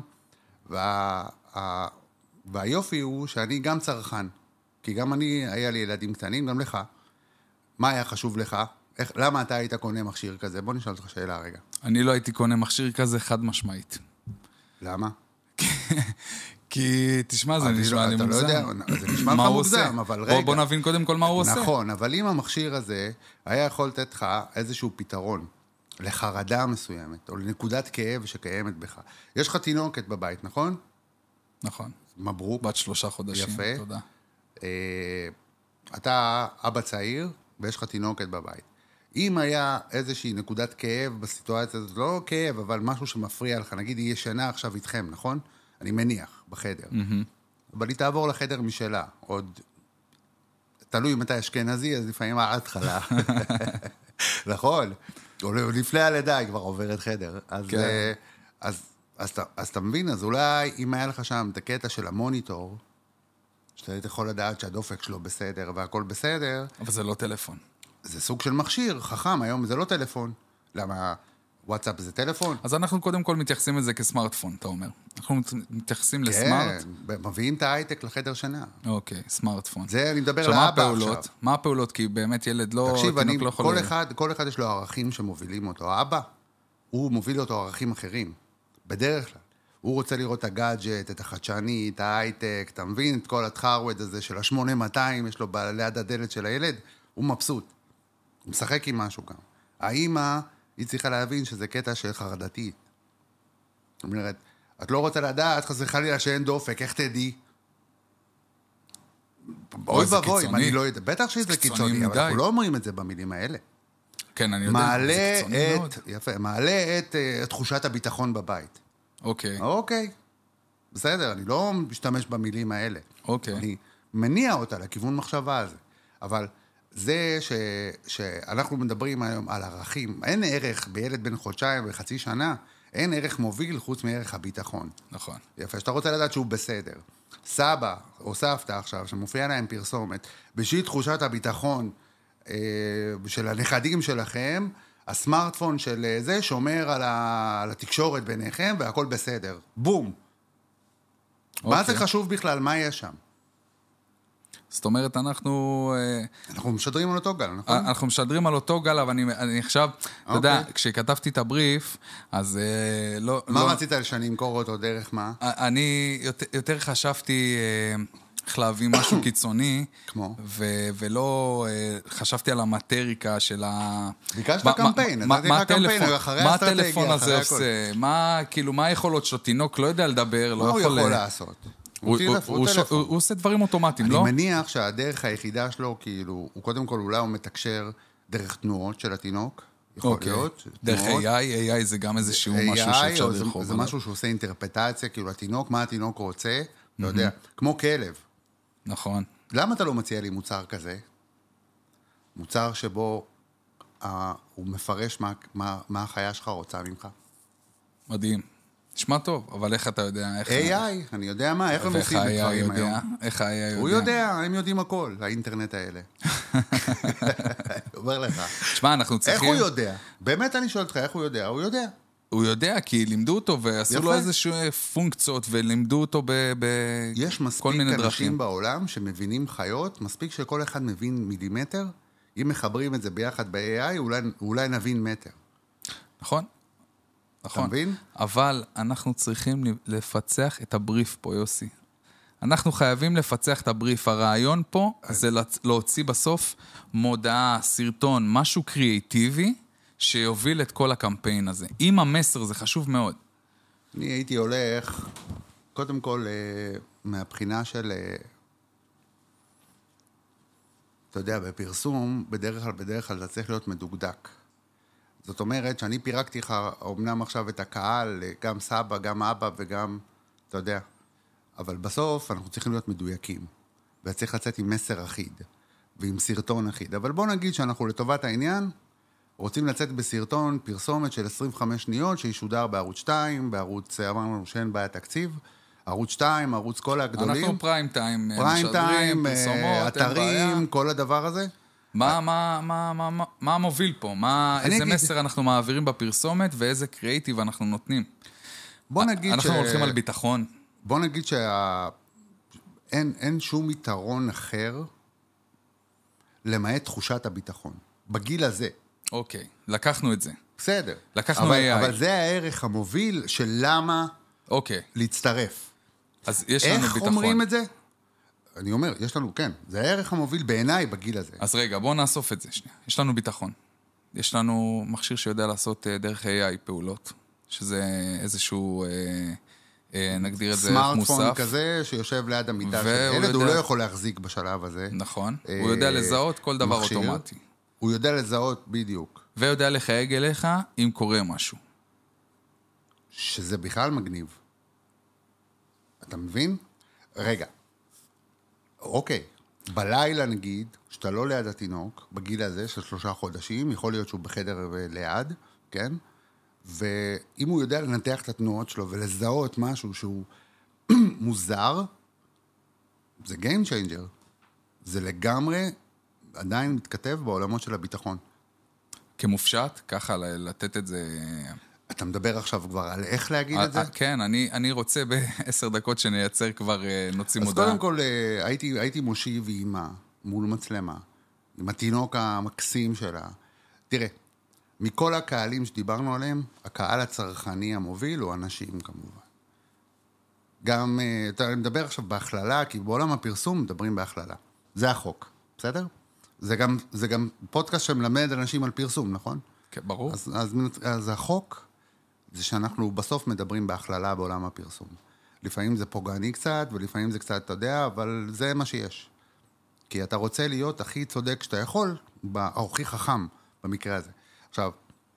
וה, ה, והיופי הוא שאני גם צרכן, כי גם אני, היה לי ילדים קטנים, גם לך. מה היה חשוב לך? איך, למה אתה היית קונה מכשיר כזה? בוא נשאל אותך שאלה רגע. אני לא הייתי קונה מכשיר כזה חד משמעית. למה? כי, תשמע, זה נשמע לי מוגזם. אתה לא יודע, זה נשמע לך מוגזם, אבל רגע. בוא נבין קודם כל מה הוא עושה. נכון, אבל אם המכשיר הזה היה יכול לתת לך איזשהו פתרון לחרדה מסוימת, או לנקודת כאב שקיימת בך. יש לך תינוקת בבית, נכון? נכון. מברוק. בת שלושה חודשים. יפה. תודה. אתה אבא צעיר, ויש לך תינוקת בבית. אם היה איזושהי נקודת כאב בסיטואציה הזאת, לא כאב, אבל משהו שמפריע לך, נגיד, היא ישנה עכשיו איתכם, נכון? אני מניח, בחדר. אבל היא תעבור לחדר משלה. עוד, תלוי אם אתה אשכנזי, אז לפעמים ההתחלה. נכון? או לפני הלידה היא כבר עוברת חדר. אז, אז, אז, אז אתה מבין, אז אולי אם היה לך שם את הקטע של המוניטור, שאתה יכול לדעת שהדופק שלו בסדר והכל בסדר. אבל זה לא טלפון. זה סוג של מכשיר, חכם, היום זה לא טלפון. למה? וואטסאפ זה טלפון? אז אנחנו קודם כל מתייחסים לזה כסמארטפון, אתה אומר. אנחנו מתייחסים לסמארט. כן, מביאים את ההייטק לחדר שינה. אוקיי, סמארטפון. זה, אני מדבר לאבא עכשיו. מה הפעולות? כי באמת ילד לא... תקשיב, אני, לא כל, אחד, כל אחד יש לו ערכים שמובילים אותו. האבא, הוא מוביל אותו ערכים אחרים. בדרך כלל. הוא רוצה לראות את הגאדג'ט, את החדשני, את ההייטק, אתה מבין? את כל התחרווד הזה של ה-שמונה מאתיים, יש לו ליד הדלת של הילד, הוא מבסוט. הוא משחק עם משהו גם. האמא, היא צריכה להבין שזה קטע של חרדתית. זאת אומרת, את לא רוצה לדעת, חס וחלילה שאין דופק, איך תדעי? אוי ובוי, אני לא יודע. בטח שזה קיצוני, אבל אנחנו לא אומרים את זה במילים האלה. כן, אני יודע, זה קיצוני מאוד. יפה, מעלה את תחושת הביטחון בבית. אוקיי. אוקיי. בסדר, אני לא משתמש במילים האלה. אוקיי. אני מניע אותה לכיוון מחשבה הזה. אבל זה ש, שאנחנו מדברים היום על ערכים, אין ערך בילד בן חודשיים וחצי שנה, אין ערך מוביל חוץ מערך הביטחון. נכון. יפה, שאתה רוצה לדעת שהוא בסדר. סבא או סבתא עכשיו, שמופיע להם פרסומת, בשביל תחושת הביטחון אה, של הנכדים שלכם, הסמארטפון של זה שומר על, ה, על התקשורת ביניכם, והכל בסדר. בום. אוקיי. מה זה חשוב בכלל? מה יש שם? זאת אומרת, אנחנו... אנחנו משדרים על אותו גל, נכון? אנחנו משדרים על אותו גל, אבל אני, אני עכשיו, אתה יודע, כשכתבתי את הבריף, אז לא... מה רצית שאני אמכור אותו דרך מה? אני יותר חשבתי איך להביא משהו קיצוני, כמו? ולא חשבתי על המטריקה של ה... ביקשת קמפיין, אז נתתי לך קמפיין, אחרי מה הטלפון הזה עושה? מה, כאילו, מה היכולות שלו? תינוק לא יודע לדבר, לא יכול... מה הוא יכול לעשות? מוציא הוא- רפות הוא- טלפון. הוא הוא עושה דברים אוטומטיים, אני לא? מניח שהדרך היחידה שלו, כאילו, הוא קודם כל אולי הוא מתקשר דרך תנועות של התינוק, יכול אוקיי. להיות. דרך תנועות. איי איי, איי איי זה גם איזשהו איי איי, משהו או שאפשר זה- לרחוב זה עליו. משהו שהוא עושה אינטרפטציה, כאילו, התינוק, מה התינוק רוצה, אתה יודע, כמו כלב. נכון. למה אתה לא מציע לי מוצר כזה? מוצר שבו אה, הוא מפרש מה, מה, מה החיה שלך רוצה ממך. מדהים. נשמע טוב, אבל איך אתה יודע? איך- איי איי, אני יודע מה, איך הם ואיך עושים את ה-איי איי דברים יודע? היום. איך ה-איי איי יודע? הוא יודע, הם יודעים הכל, האינטרנט האלה. אני אומר לך. שמע, אנחנו איך צריכים... הוא יודע? באמת אני שואל אותך, איך הוא יודע? הוא יודע. הוא יודע, כי לימדו אותו ועשו יפה. לו איזשהו פונקציות, ולימדו אותו ב... ב... יש כל מספיק מיני אנשים דרכים. בעולם שמבינים חיות, מספיק שכל אחד מבין מילימטר, אם מחברים את זה ביחד ב-איי איי, אולי, אולי נבין מטר. נכון? נכון. מבין? אבל אנחנו צריכים לפצח את הבריף פה, יוסי. אנחנו חייבים לפצח את הבריף. הרעיון פה זה להוציא בסוף מודעה, סרטון, משהו קריאיטיבי, שיוביל את כל הקמפיין הזה. עם המסר, זה חשוב מאוד. אני הייתי הולך, קודם כל, אה, מהבחינה של, אה, אתה יודע, בפרסום, בדרך כלל, בדרך כלל, זה צריך להיות מדוקדק. זאת אומרת שאני פירקתי לך, אמנם עכשיו את הקהל, גם סבא, גם אבא וגם, אתה יודע, אבל בסוף אנחנו צריכים להיות מדויקים, וצריך לצאת עם מסר אחיד, ועם סרטון אחיד. אבל בוא נגיד שאנחנו לטובת העניין, רוצים לצאת בסרטון פרסומת של עשרים וחמש שניות, שישודר בערוץ שתיים, בערוץ, אמרנו שאין בעיה תקציב, ערוץ שתיים, ערוץ כל הגדולים. אנחנו פריים טיים, פריים טיים, משדרים, פרסומות, אין בעיה. אתרים, כל הדבר הזה. מה, מה, מה, מה, מה, מה המוביל פה? מה, אני איזה אגיד- מסר אנחנו מעבירים בפרסומת, ואיזה קריאיטיב אנחנו נותנים? בוא נגיד אנחנו הולכים על ביטחון. בוא נגיד שה... אין, אין שום יתרון אחר למעט תחושת הביטחון. בגיל הזה. אוקיי, לקחנו את זה. בסדר. לקחנו אבל, איי איי. אבל זה הערך המוביל של למה אוקיי, להצטרף. אז יש לנו איך ביטחון. אומרים את זה? אני אומר, יש לנו, כן, זה הערך המוביל בעיניי בגיל הזה. אז רגע, בואו נאסוף את זה שנייה. יש לנו ביטחון. יש לנו מכשיר שיודע לעשות אה, דרך איי איי פעולות, שזה איזשהו, אה, אה, נגדיר את זה ערך מוסף. סמארטפון כזה שיושב ליד המיטה של והוא ילד, הוא יודע- לא יכול להחזיק בשלב הזה. נכון. אה, הוא יודע לזהות כל דבר מכשיר. אוטומטי. הוא יודע לזהות בדיוק, ויודע לחייג אליך אם קורה משהו. שזה בכלל מגניב. אתה מבין? רגע. אוקיי. בלילה נגיד, שאתה לא ליד התינוק, בגיל הזה של שלושה חודשים, יכול להיות שהוא בחדר ליד, כן? ואם הוא יודע לנתח את התנועות שלו ולזהות משהו שהוא מוזר, זה game changer. זה לגמרי עדיין מתכתב בעולמות של הביטחון. כמופשט, ככה ל- לתת את זה... אתה מדבר עכשיו כבר על איך להגיד את זה? אה, כן, אני, אני רוצה בעשר דקות שנייצר כבר, אה, נוציא אז מודעה. קודם כל, אה, הייתי, הייתי מושיב אימא מול מצלמה, עם התינוק המקסים שלה. תראה, מכל הקהלים שדיברנו עליהם, הקהל הצרכני המוביל הוא אנשים כמובן. גם, אה, אתה מדבר עכשיו בהכללה, כי בעולם הפרסום מדברים בהכללה. זה החוק, בסדר? זה גם, זה גם פודקאסט שמלמד אנשים על פרסום, נכון? כן, ברור. אז, אז, אז החוק זה שאנחנו בסוף מדברים בהכללה בעולם הפרסום. לפעמים זה פוגעני קצת, ולפעמים זה קצת, אתה יודע, אבל זה מה שיש. כי אתה רוצה להיות הכי צודק שאתה יכול, או הכי חכם במקרה הזה. עכשיו,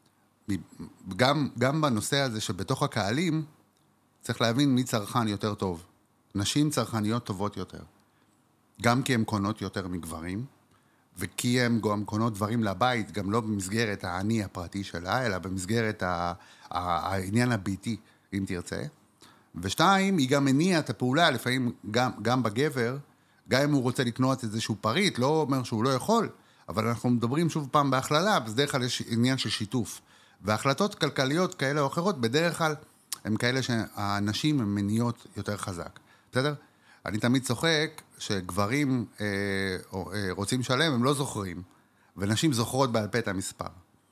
גם, גם בנושא הזה שבתוך הקהלים, צריך להבין מי צרכן יותר טוב. נשים צרכניות טובות יותר. גם כי הן קונות יותר מגברים, וכי הן גם קונות דברים לבית, גם לא במסגרת העני הפרטי שלה, אלא במסגרת ה- ה- העניין הביתי, אם תרצה. ושתיים, היא גם מניעה את הפעולה, לפעמים גם, גם בגבר, גם אם הוא רוצה לקנות איזשהו פריט, לא אומר שהוא לא יכול, אבל אנחנו מדברים שוב פעם בהכללה, בדרך כלל יש עניין של שיתוף. והחלטות כלכליות כאלה או אחרות, בדרך כלל, הן כאלה שהנשים הן מניעות יותר חזק. בסדר? אני תמיד צוחק שגברים אה, או, אה, רוצים שלם, הם לא זוכרים, ונשים זוכרות בעל פה את המספר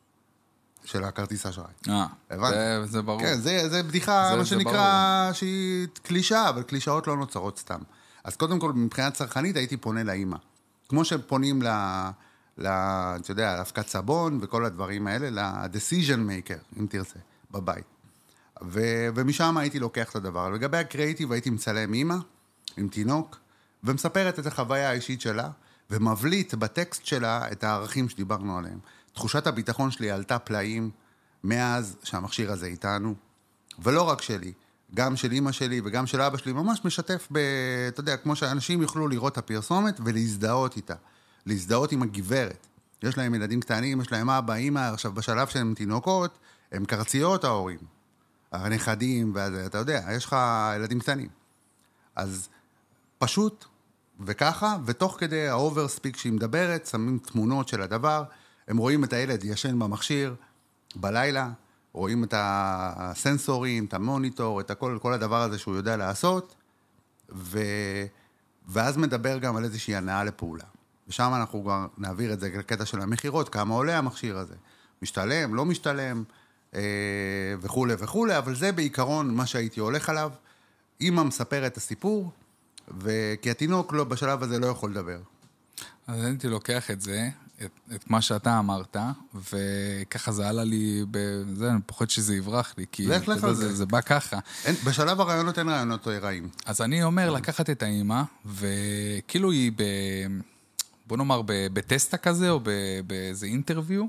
של הכרטיס אשראי. אה, הבנת? זה, זה ברור. כן, זה, זה בדיחה, זה- מה זה שנקרא, שהיא קלישה, אבל קלישאות לא נוצרות סתם. אז קודם כל, מבחינת צרכנית, הייתי פונה לאמא. כמו שפונים ל... ל... אתה יודע, להפקת סבון וכל הדברים האלה, ל-decision maker, אם תרצה, בבית. ו... ומשם הייתי לוקח את הדבר. לגבי הקריאיטיב, הייתי מצלם אמא, עם תינוק, ומספרת את החוויה האישית שלה, ומבליט בטקסט שלה את הערכים שדיברנו עליהם. תחושת הביטחון שלי עלתה פלאים מאז שהמכשיר הזה איתנו, ולא רק שלי, גם של אמא שלי וגם של אבא שלי, ממש משתף ב... אתה יודע, כמו שאנשים יוכלו לראות את הפרסומת ולהזדהות איתה, להזדהות עם הגברת. יש להם ילדים קטנים, יש להם אבא, אמא, עכשיו בשלב שהם תינוקות, הם קרציות ההורים, הנכדים, ואתה יודע, יש לך ילדים קטנים. אז פשוט, וככה, ותוך כדי האוברספיק שהיא מדברת, שמים תמונות של הדבר, הם רואים את הילד ישן במכשיר, בלילה, רואים את הסנסורים, את המוניטור, את הכל, כל הדבר הזה שהוא יודע לעשות, ו... ואז מדבר גם על איזושהי הנאה לפעולה. ושם אנחנו כבר נעביר את זה לקטע של המחירות, כמה עולה המכשיר הזה. משתלם, לא משתלם, אה, וכו' וכו', אבל זה בעיקרון מה שהייתי הולך עליו. אמא מספר את הסיפור, וכי התינוק לא, בשלב הזה לא יכול לדבר. אז הייתי לוקח את זה, את, את מה שאתה אמרת, וככה זה עלה לי, בזה, אני פוחד שזה יברח לי, כי לך לך על זה, זה. זה בא ככה. אין, בשלב הרעיונות אין רעיונות רעים. אז אני אומר לקחת את האמא, וכאילו היא ב... בוא נאמר, בטסטה כזה, או באיזה אינטרוויו,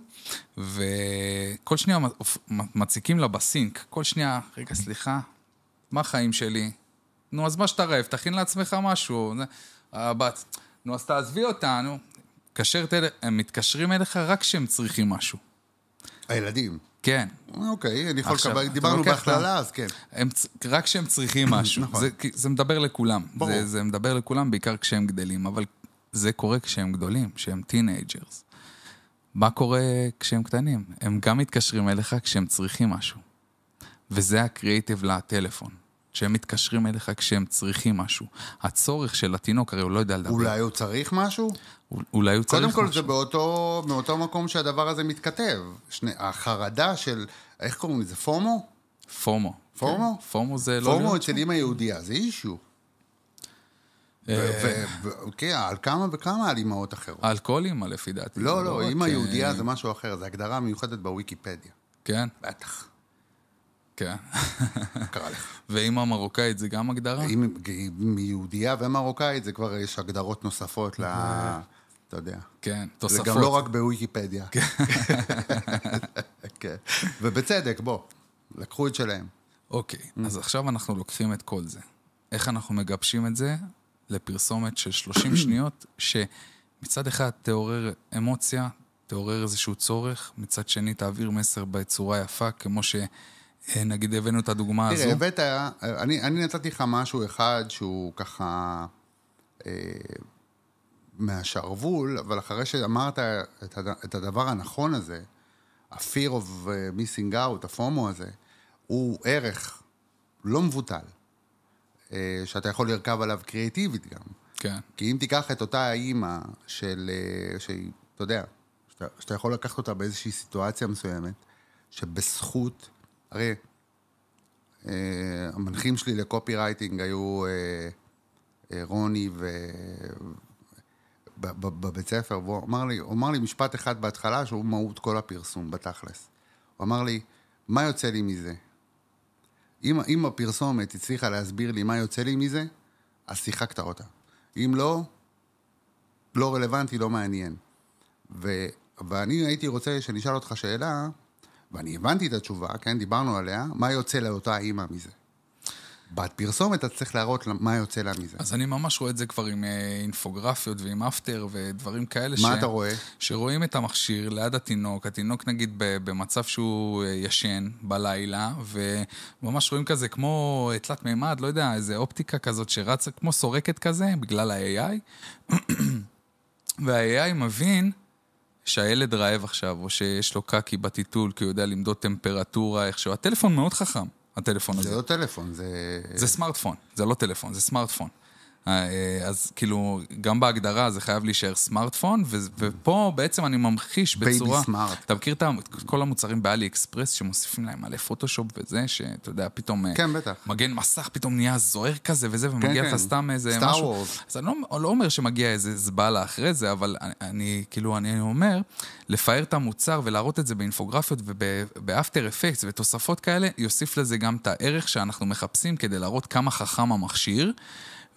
וכל שנייה מציקים לה בסינק, כל שנייה, רגע, סליחה, מה החיים שלי? נו, אז מה שאתה רעב, תכין לעצמך משהו. הבת, נו, אז תעזבי אותנו. הם מתקשרים אליך רק כשהם צריכים משהו. הילדים. כן. אוקיי, אני יכול לקבל, דיברנו בהכללה, אז כן. רק כשהם צריכים משהו. זה מדבר לכולם. זה מדבר לכולם, בעיקר כשהם גדלים, אבל זה קורה כשהם גדולים, כשהם טינאג'רס. מה קורה כשהם קטנים? הם גם מתקשרים אליך כשהם צריכים משהו. וזה הקריאיטיב לטלפון. שהם מתקשרים אליך כשהם צריכים משהו. הצורך של התינוק, הרי הוא לא יודע לדבר. אולי הוא צריך משהו? אולי הוא צריך משהו. קודם כל זה באותו, מאותו מקום שהדבר הזה מתכתב. שני, החרדה של, איך קוראים לזה? פומו? פומו. פומו? פומו זה לא... פומו אצל אמא יהודיה, זה אישו. אוקיי, על כמה וכמה על אמאות אחרות? על כל אמא לפי דעתי. לא, לא, אמא יהודיה זה משהו אחר, זה הגדרה מיוחדת בוויקיפדיה. כן? בטח. כן. קרא לך. ואמא מרוקאית זה גם הגדרה? אם יהודיה ומרוקאית זה כבר יש הגדרות נוספות ל... אתה יודע. כן, תוספות. זה גם לא רק בוויקיפדיה. כן. ובצדק, בוא, לקחו את שלהם. אוקיי, אז עכשיו אנחנו לוקחים את כל זה. איך אנחנו מגבשים את זה לפרסומת של שלושים שניות, שמצד אחד תעורר אמוציה, תעורר איזשהו צורך, מצד שני תעביר מסר בצורה יפה, כמו ש... נגיד הבאנו את הדוגמה הזו. תראה, הבאת, אני, אני נתתי לך משהו אחד שהוא ככה אה, מהשרבול, אבל אחרי שאמרת את, את הדבר הנכון הזה, ה-fear of missing out, הפומו הזה, הוא ערך לא מבוטל, אה, שאתה יכול לרכב עליו קריאטיבית גם. כן. כי אם תיקח את אותה האימא של, שהיא, אתה יודע, שאתה, שאתה יכול לקחת אותה באיזושהי סיטואציה מסוימת, שבזכות... הרי, אה, המנחים שלי לקופי רייטינג היו אה, אה, רוני ו... בבית ספר, והוא אמר לי, הוא אמר לי משפט אחד בהתחלה, שהוא מהות כל הפרסום, בתכלס. הוא אמר לי, מה יוצא לי מזה? אם, אם הפרסומת הצליחה להסביר לי מה יוצא לי מזה, אז שיחקת אותה. אם לא, לא רלוונטי, לא מעניין. ו, ואני הייתי רוצה שנשאל אותך שאלה, ואני הבנתי את התשובה, כן, דיברנו עליה, מה יוצא לאותה אימא מזה? בפרסומת אתה צריך להראות מה יוצא לה מזה. אז אני ממש רואה את זה כבר עם אינפוגרפיות ועם אפטר ודברים כאלה. מה ש... אתה רואה? שרואים את המכשיר ליד התינוק, התינוק נגיד במצב שהוא ישן בלילה, וממש רואים כזה כמו תלת מימד, לא יודע, איזה אופטיקה כזאת שרצה כמו סורקת כזה, בגלל ה-איי איי, וה-איי איי מבין שהילד רעב עכשיו, או שיש לו קקי בטיטול, כי הוא יודע למדוד טמפרטורה, איכשהו. הטלפון מאוד חכם, הטלפון הזה. זה לא טלפון, זה... זה סמארטפון, זה לא טלפון, זה סמארטפון. אז כאילו, גם בהגדרה זה חייב להישאר סמארטפון, ופה בעצם אני ממחיש בצורה... בייבי סמארט. אתה מכיר את כל המוצרים באלי אקספרס, שמוסיפים להם מלא פוטושופ וזה, שאתה יודע, פתאום... כן, בטח. מגן מסך, פתאום נהיה זוהר כזה וזה, ומגיע לך סתם איזה משהו. סטאר וורס. אז אני לא, לא אומר שמגיע איזה זבלה אחרי זה, אבל אני, אני כאילו, אני אומר, לפאר את המוצר ולהראות את זה באינפוגרפיות ובאפטר אפקטס ותוספות כאלה, יוסיף לזה גם את הערך שאנחנו מחפשים כדי להראות כמה חכם המכשיר,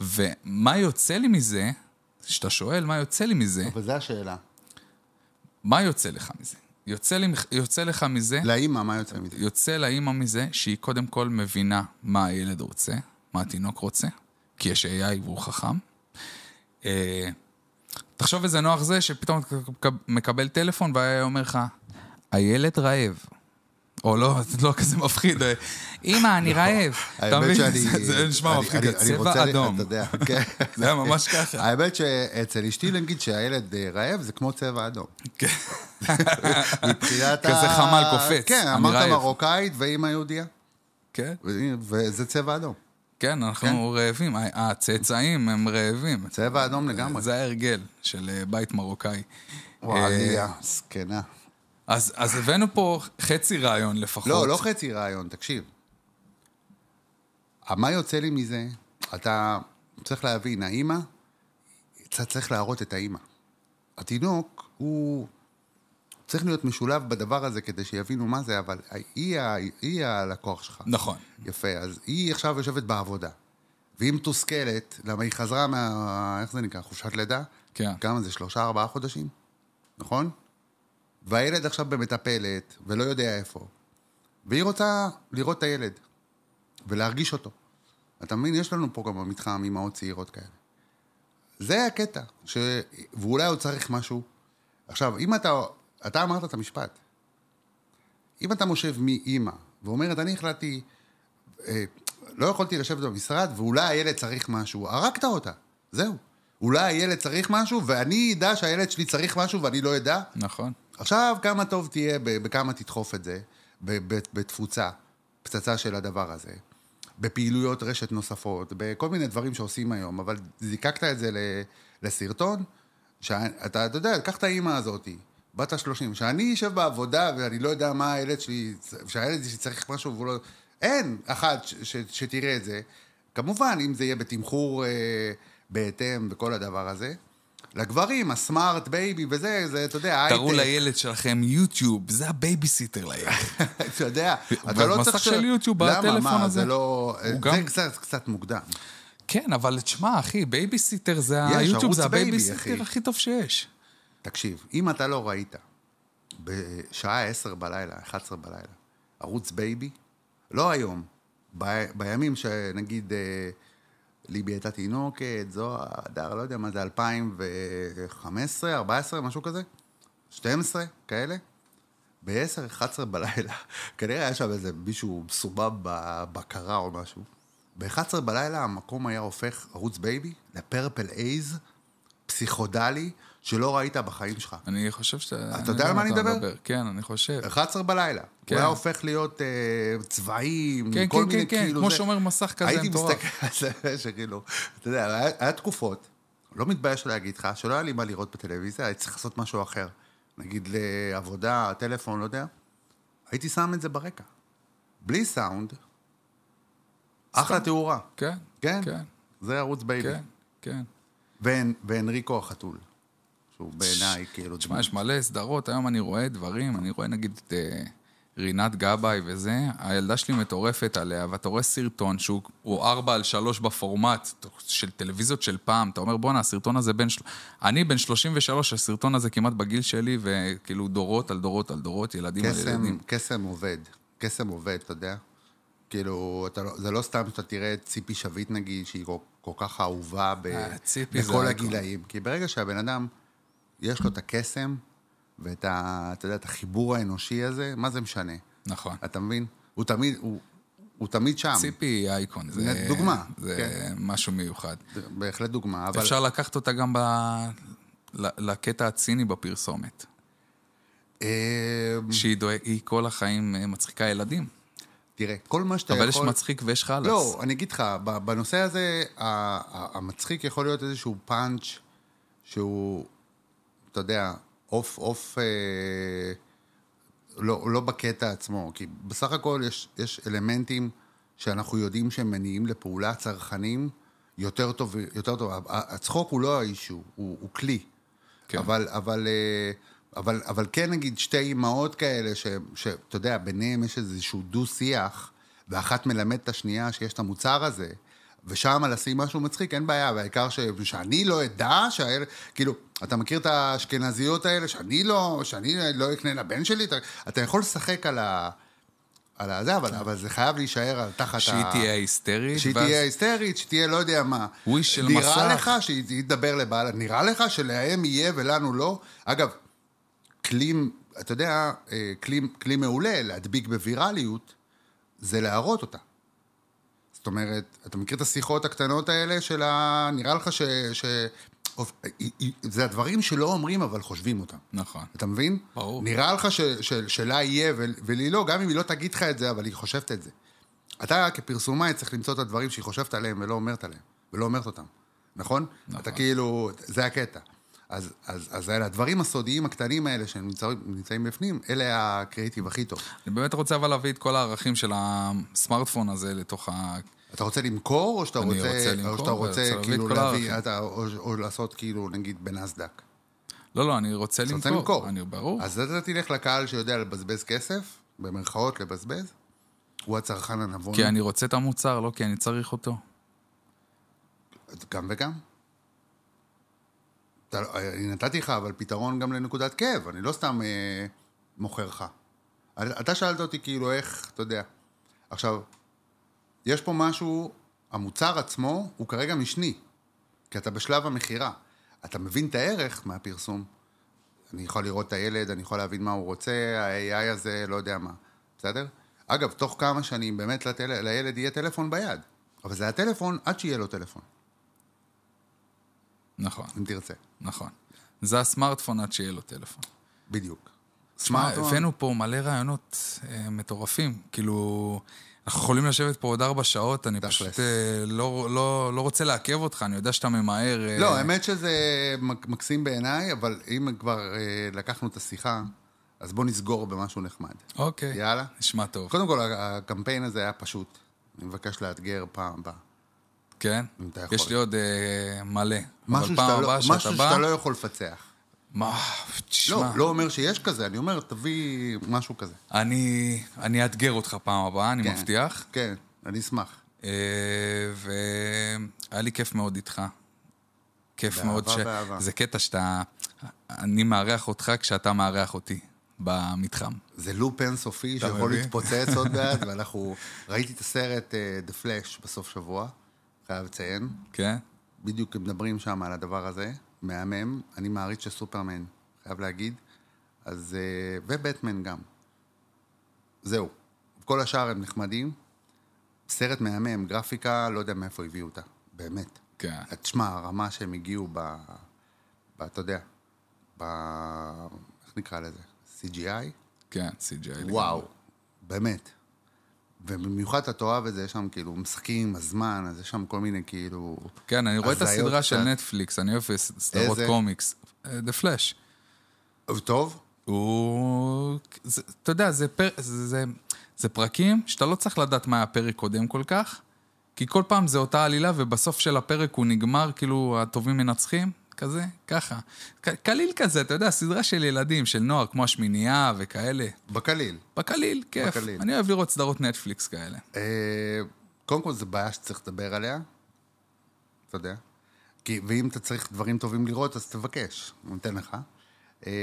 ומה יוצא לי מזה, שאתה שואל מה יוצא לי מזה, אבל זו השאלה. מה יוצא לך מזה? יוצא, לי, יוצא לך מזה, לאמא, מה יוצא מזה? יוצא לאמא מזה שהיא קודם כל מבינה מה הילד רוצה, מה התינוק רוצה, כי יש איי איי והוא חכם. אה, תחשוב איזה נוח זה שפתאום מקבל טלפון והיה אומר לך, הילד רעב. או לא, זה לא כזה מפחיד. אמא, אני רעב. אתה מבין? זה נשמע מפחיד, צבע אדום. זה היה ממש ככה. האמת שאצל אשתי נגיד שהילד רעב זה כמו צבע אדום. מבחינת ה... כזה חמל קופץ. כן, אמרת מרוקאית ואמא יהודיה. כן. וזה צבע אדום. כן, אנחנו רעבים. הצאצאים הם רעבים. צבע אדום לגמרי. זה ההרגל של בית מרוקאי. וואליה, סכנה. אז, אז הבאנו פה חצי רעיון לפחות. לא, לא חצי רעיון, תקשיב. מה יוצא לי מזה? אתה צריך להבין, האמא, אתה צריך להראות את האמא. התינוק הוא צריך להיות משולב בדבר הזה כדי שיבינו מה זה, אבל היא, היא הלקוח שלך. נכון. יפה, אז היא עכשיו יושבת בעבודה, והיא מתוסכלת, למה היא חזרה מה... איך זה נקרא? חופשת לידה? כן. כמה זה? שלושה, ארבעה חודשים? נכון? והילד עכשיו במטפלת, ולא יודע איפה. והיא רוצה לראות את הילד, ולהרגיש אותו. אתה מבין? יש לנו פה גם במתחם אמהות צעירות כאלה. זה הקטע, ש... ואולי הוא צריך משהו. עכשיו, אם אתה, אתה אמרת את המשפט, אם אתה מושב מאמא, ואומרת, אני החלטתי, אה, לא יכולתי לשבת במשרד, ואולי הילד צריך משהו, הרגת אותה, זהו. אולי הילד צריך משהו, ואני ידע שהילד שלי צריך משהו, ואני לא ידע. נכון. עכשיו, כמה טוב תהיה, בכמה תדחוף את זה, בתפוצה, פצצה של הדבר הזה, בפעילויות רשת נוספות, בכל מיני דברים שעושים היום, אבל זיקקת את זה לסרטון, שאתה, אתה יודע, קח את האמא הזאת, בת השלושים, שאני יושב בעבודה, ואני לא יודע מה הילד שלי, שהילד שלי צריך משהו, והוא לא... אין אחת ש, ש, שתראה את זה. כמובן, אם זה יהיה בתמחור אה, בהתאם וכל הדבר הזה, לגברים, הסמארט בייבי וזה, זה, אתה יודע, הייטק. תראו לילד שלכם יוטיוב, זה הבייביסיטר לילד. אתה יודע, אתה לא צריך... מסך של יוטיוב בטלפון הזה. למה, מה, זה לא... זה קצת, קצת מוקדם. כן, אבל תשמע, אחי, בייביסיטר זה היוטיוב, זה הבייביסיטר הכי טוב שיש. תקשיב, אם אתה לא ראית בשעה עשר בלילה, אחת עשרה בלילה, ערוץ בייבי, לא היום, ב... בימים שנגיד... ליבי הייתה תינוקת, זו, הדר, לא יודע מה זה, אלפיים וחמש עשרה, ארבע עשרה, משהו כזה? שתים עשרה, כאלה? ב-עשר, אחת עשרה בלילה, כנראה היה שם איזה מישהו מסובב בבקרה או משהו. ב-אחת עשרה בלילה המקום היה הופך ערוץ בייבי לפרפל אייז, פסיכודלי, שלא ראית בחיים שלך. אני חושב שאתה... אתה יודע על מה אני מדבר? כן, אני חושב. אחת עשרה בלילה. הוא היה הופך להיות צבעים, כן, כן, כן, כן, כמו שומר מסך כזה. הייתי מסתכל על זה, שכאילו, אתה יודע, היה תקופות, לא מתבייש להגיד לך, שלא היה לי מה לראות בטלוויזיה, הייתי צריך לעשות משהו אחר. נגיד לעבודה, טלפון, לא יודע. הייתי שם את זה ברקע. בלי סאונד, אחלה תאורה. כן, כן. זה ערוץ בייבי. כן, כן. ואנריקו החתול. שהוא בעיניי כאילו... תשמע, יש מלא סדרות, היום אני רואה דברים, אני רואה נגיד את רינת גבאי וזה, הילדה שלי מטורפת עליה, ואתה רואה סרטון שהוא ארבע על שלוש בפורמט של טלוויזיות של פעם, אתה אומר בוא נה, הסרטון הזה בין... אני בין שלושים ושלוש, הסרטון הזה כמעט בגיל שלי, וכאילו דורות על דורות על דורות, ילדים על ילדים. קסם עובד, קסם עובד, אתה יודע? כאילו, זה לא סתם שאתה תראה את ציפי שביט נגיד, שהיא כל כך אהובה בכל הגילאים, כי ברגע שהבן אדם יש לו את הקסם, ואת ה, אתה יודע, את החיבור האנושי הזה, מה זה משנה? נכון. אתה מבין? הוא תמיד, הוא, הוא תמיד שם. ציפי היא אייקון. זה דוגמה. זה כן. משהו מיוחד. בהחלט דוגמה, אבל... אפשר לקחת אותה גם ב... לקטע הציני בפרסומת. שהיא דואג, היא כל החיים מצחיקה ילדים. תראה, כל מה שאתה יכול... יכול... אבל יש מצחיק ויש חלס. לא, אני אגיד לך, בנושא הזה, המצחיק יכול להיות איזשהו פאנץ' שהוא... אתה יודע, אוף, אוף, אה, לא, לא בקטע עצמו, כי בסך הכל יש, יש אלמנטים שאנחנו יודעים שהם מניעים לפעולה צרכנים יותר טוב, יותר טוב. הצחוק הוא לא האישו, הוא, הוא כלי. כן. אבל, אבל, אבל, אבל כן נגיד שתי אמהות כאלה, ש, שאתה יודע, ביניהם יש איזשהו דו שיח, ואחת מלמד את השנייה שיש את המוצר הזה, ושם לשים משהו מצחיק, אין בעיה, והעיקר ש... שאני לא אדע, שהאלה, כאילו, אתה מכיר את האשכנזיות האלה, שאני לא, שאני לא אקנה לבן שלי, אתה, אתה יכול לשחק על ה... על הזה, אבל, אבל זה חייב להישאר על תחת שהיא ה... שהיא תהיה היסטרית. שהיא ואז... תהיה היסטרית, שתהיה לא יודע מה. וויש של נראה מסך. נראה לך שהיא תדבר לבעלה, נראה לך שלהם יהיה ולנו לא. אגב, כלים, אתה יודע, כלים, כלים מעולה להדביק בווירליות, זה להראות אותה. זאת אומרת, אתה מכיר את השיחות הקטנות האלה של ה... נראה לך ש... ש... זה הדברים שלא אומרים, אבל חושבים אותם. נכון. אתה מבין? ברור. נראה לך ש... ש... שלה יהיה ו... ולי לא, גם אם היא לא תגיד לך את זה, אבל היא חושבת את זה. אתה כפרסומאי צריך למצוא את הדברים שהיא חושבת עליהם ולא אומרת עליהם, ולא אומרת אותם. נכון? נכון. אתה כאילו, זה הקטע. אז, אז, אז אלה הדברים הסודיים הקטנים האלה שנמצאים בפנים, אלה הקריאיטיב הכי טוב. אני באמת רוצה אבל להביא את כל הערכים של הסמארטפון הזה לתוך ה... אתה רוצה למכור, או שאתה רוצה, רוצה למכור, או שאתה רוצה להביא כאילו את כל להביא, אתה, או, או לעשות כאילו, נגיד, בנסדק? לא, לא, אני רוצה למכור. רוצה למכור. אני, ברור. אז אתה תלך לקהל שיודע לבזבז כסף, במרכאות לבזבז, הוא הצרכן הנבון. כי אני רוצה את המוצר, לא כי אני צריך אותו. גם וגם. אני נתתי לך, אבל פתרון גם לנקודת כאב, אני לא סתם אה, מוכר לך. אתה שאלת אותי כאילו איך, אתה יודע. עכשיו, יש פה משהו, המוצר עצמו הוא כרגע משני, כי אתה בשלב המחירה. אתה מבין את הערך מהפרסום. אני יכול לראות את הילד, אני יכול להבין מה הוא רוצה, ה-איי איי הזה, לא יודע מה. בסדר? אגב, תוך כמה שנים באמת לטל... לילד יהיה טלפון ביד. אבל זה הטלפון עד שיהיה לו טלפון. נכון. אם תרצה. נכון. זה הסמארטפון עד שיהיה לו טלפון. בדיוק. סמארטפון. הבאנו פה מלא רעיונות אה, מטורפים. כאילו, אנחנו יכולים לשבת פה עוד ארבע שעות, אני פשוט אה, לא, לא, לא רוצה לעכב אותך, אני יודע שאתה ממהר. אה... לא, האמת שזה מקסים בעיניי, אבל אם כבר אה, לקחנו את השיחה, אז בוא נסגור במשהו נחמד. אוקיי. יאללה? נשמע טוב. קודם כל, הקמפיין הזה היה פשוט. אני מבקש לאתגר פעם הבאה. כן? יש לי עוד אה, מלא. משהו שאתה, לא, משהו שאתה בא... לא יכול לפצח. מה? תשמע. לא, לא אומר שיש כזה, אני אומר, תביא משהו כזה. אני, אני אתגר אותך פעם הבאה, אני כן, מבטיח. כן, אני אשמח. אה, והיה לי כיף מאוד איתך. כיף באהבה, מאוד ש... באהבה. זה קטע שאתה... אני מארח אותך כשאתה מארח אותי במתחם. זה לופ אינסופי שיכול להתפוצץ עוד מעט, ואנחנו... ראיתי את הסרט uh, The Flash בסוף שבוע, חייב לציין. כן? בדיוק מדברים שם על הדבר הזה, מהמם. אני מעריץ של סופרמן, חייב להגיד. אז... Uh, ובטמן גם. זהו. כל השאר הם נחמדים. סרט מהמם, גרפיקה, לא יודע מאיפה הביאו אותה. באמת. כן. תשמע, הרמה שהם הגיעו ב... ב... אתה יודע, ב... איך נקרא לזה? סי ג'י איי? כן, סי ג'י איי. וואו, באמת. ובמיוחד אתה תאהב את זה, יש שם כאילו משחקים עם הזמן, אז יש שם כל מיני כאילו... כן, אני רואה את הסדרה של נטפליקס, אני אוהב סדרות קומיקס. The Flash. הוא טוב? הוא... אתה יודע, זה פרקים שאתה לא צריך לדעת מה הפרק קודם כל כך, כי כל פעם זה אותה עלילה, ובסוף של הפרק הוא נגמר, כאילו הטובים מנצחים, כזה, ככה. קליל כזה, אתה יודע, סדרה של ילדים, של נוער, כמו השמינייה וכאלה. בקליל. בקליל, כיף. בקליל. אני אוהב לראות סדרות נטפליקס כאלה. אה, קודם כל, זו בעיה שצריך לדבר עליה. אתה יודע. כי, ואם אתה צריך דברים טובים לראות, אז תבקש. אני נותן לך. אה,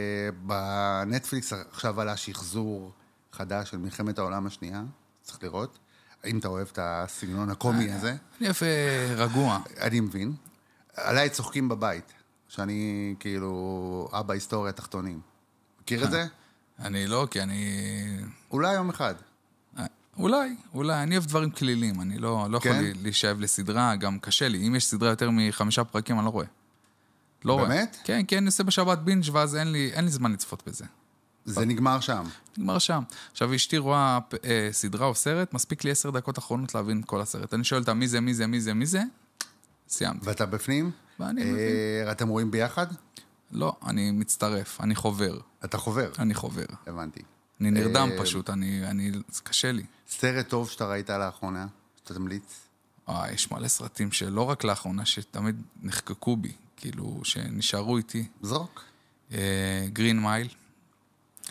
בנטפליקס עכשיו עלה שחזור חדש של מלחמת העולם השנייה. צריך לראות. אם אתה אוהב את הסגנון הקומי הזה. אני אוהב רגוע. אני מבין. עליי צוחקים בבית, שאני כאילו אבא היסטוריה תחתונים. מכיר את זה? אני לא, כי אני... אולי יום אחד. אולי, אולי. אני אוהב דברים כלילים, אני לא יכול להישאב לסדרה, גם קשה לי. אם יש סדרה יותר מחמישה פרקים, אני לא רואה. לא רואה. באמת? כן, כי אני עושה בשבת בינג' ואז אין לי, אין לי זמן לצפות בזה. זה נגמר שם. נגמר שם. עכשיו, אשתי רואה אה, סדרה או סרט, מספיק לי עשר דקות אחרונות להבין כל הסרט. אני שואל אותה מי זה, מי זה, מי זה, מי זה, סיימתי. ואתה בפנים? ואני אה, מבין. אתם רואים ביחד? לא, אני מצטרף, אני חובר. אתה חובר? אני חובר. הבנתי. אני נרדם אה... פשוט, אני, אני, זה קשה לי. סרט טוב שאתה ראית לאחרונה, שאתה תמליץ? אה, יש מלא סרטים שלא רק לאחרונה, שתמיד נחקקו בי, כאילו, שנשארו איתי. זרוק. גרין מייל.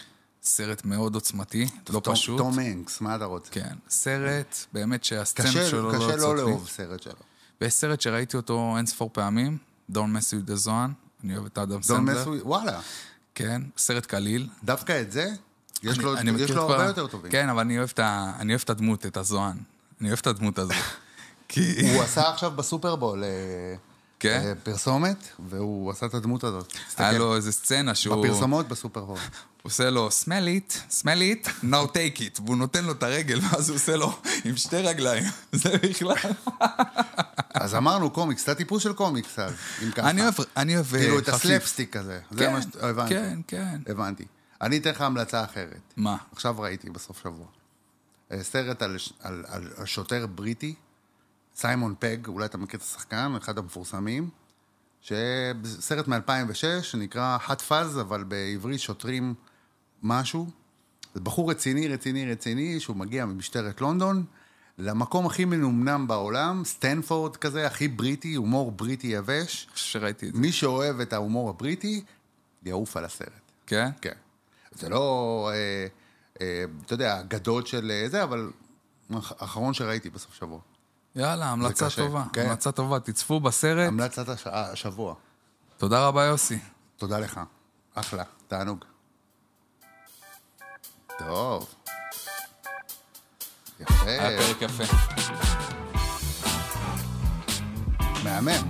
סרט מאוד עוצמתי, לא פשוט. תום הנקס, מה אתה רוצה? כן, סרט באמת שהסצנות קשה, שלו קשה לא יוצאות לא לי. לאהוב סרט שלו. ויש סרט שראיתי אותו אין ספור פעמים, Don't Mess with the Zone, אני אוהב את אדם Don't סנדלר. mess with- וואלה, כן, סרט קליל. דווקא את זה, יש אני- לו אני מכיר יש את לו כל הרבה ה- יותר טובים. כן, אבל אני אוהב את ה- אני אוהב את הדמות, את הזוהן. אני אוהב את הדמות הזו. כי... הוא עשה עכשיו בסופרבול אה, כן? אה, פרסומת, והוא עשה את הדמות הזאת. תסתכל. היה לו איזה סצנה שהוא... בפרסומות בסופרבול. הוא עושה לו, smell it, smell it, now take it. והוא נותן לו את הרגל, ואז הוא עושה לו עם שתי רגליים. זה בכלל... אז אמרנו קומיקס, זה הטיפוס של קומיקס אז, אם ככה. אני אוהב, אני אוהב כאילו את חפיף. הסלפסטיק הזה. זה כן, מה ש... הבנתי. כן, כן. הבנתי. אני אתן לך המלצה אחרת. מה? עכשיו ראיתי בסוף שבוע. אה, סרט על, על, על, על שוטר בריטי, סיימון פג, אולי אתה מכיר את השחקן, אחד המפורסמים, שסרט מ-אלפיים ושש, שנקרא hot fuzz, אבל בעברית שוטרים משהו. זה בחור רציני, רציני, רציני, שהוא מגיע ממשטרת לונדון, למקום הכי מנומנם בעולם, סטנפורד כזה, הכי בריטי, הומור בריטי יבש. שראיתי את זה. מי שאוהב את ההומור הבריטי, יעוף על הסרט. כן? כן. זה לא, אה, אה, אתה יודע, אגדות של אה, זה, אבל האחרון שראיתי בסוף שבוע. יאללה, המלצה קשה, טובה. כן. המלצה טובה, תצפו בסרט. המלצת הש... השבוע. תודה רבה, יוסי. תודה לך. אחלה. תענוג. טוב. יפה. היה פרק יפה. מהמם.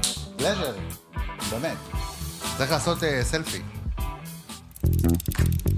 פלז'ר. באמת. צריך לעשות uh, סלפי.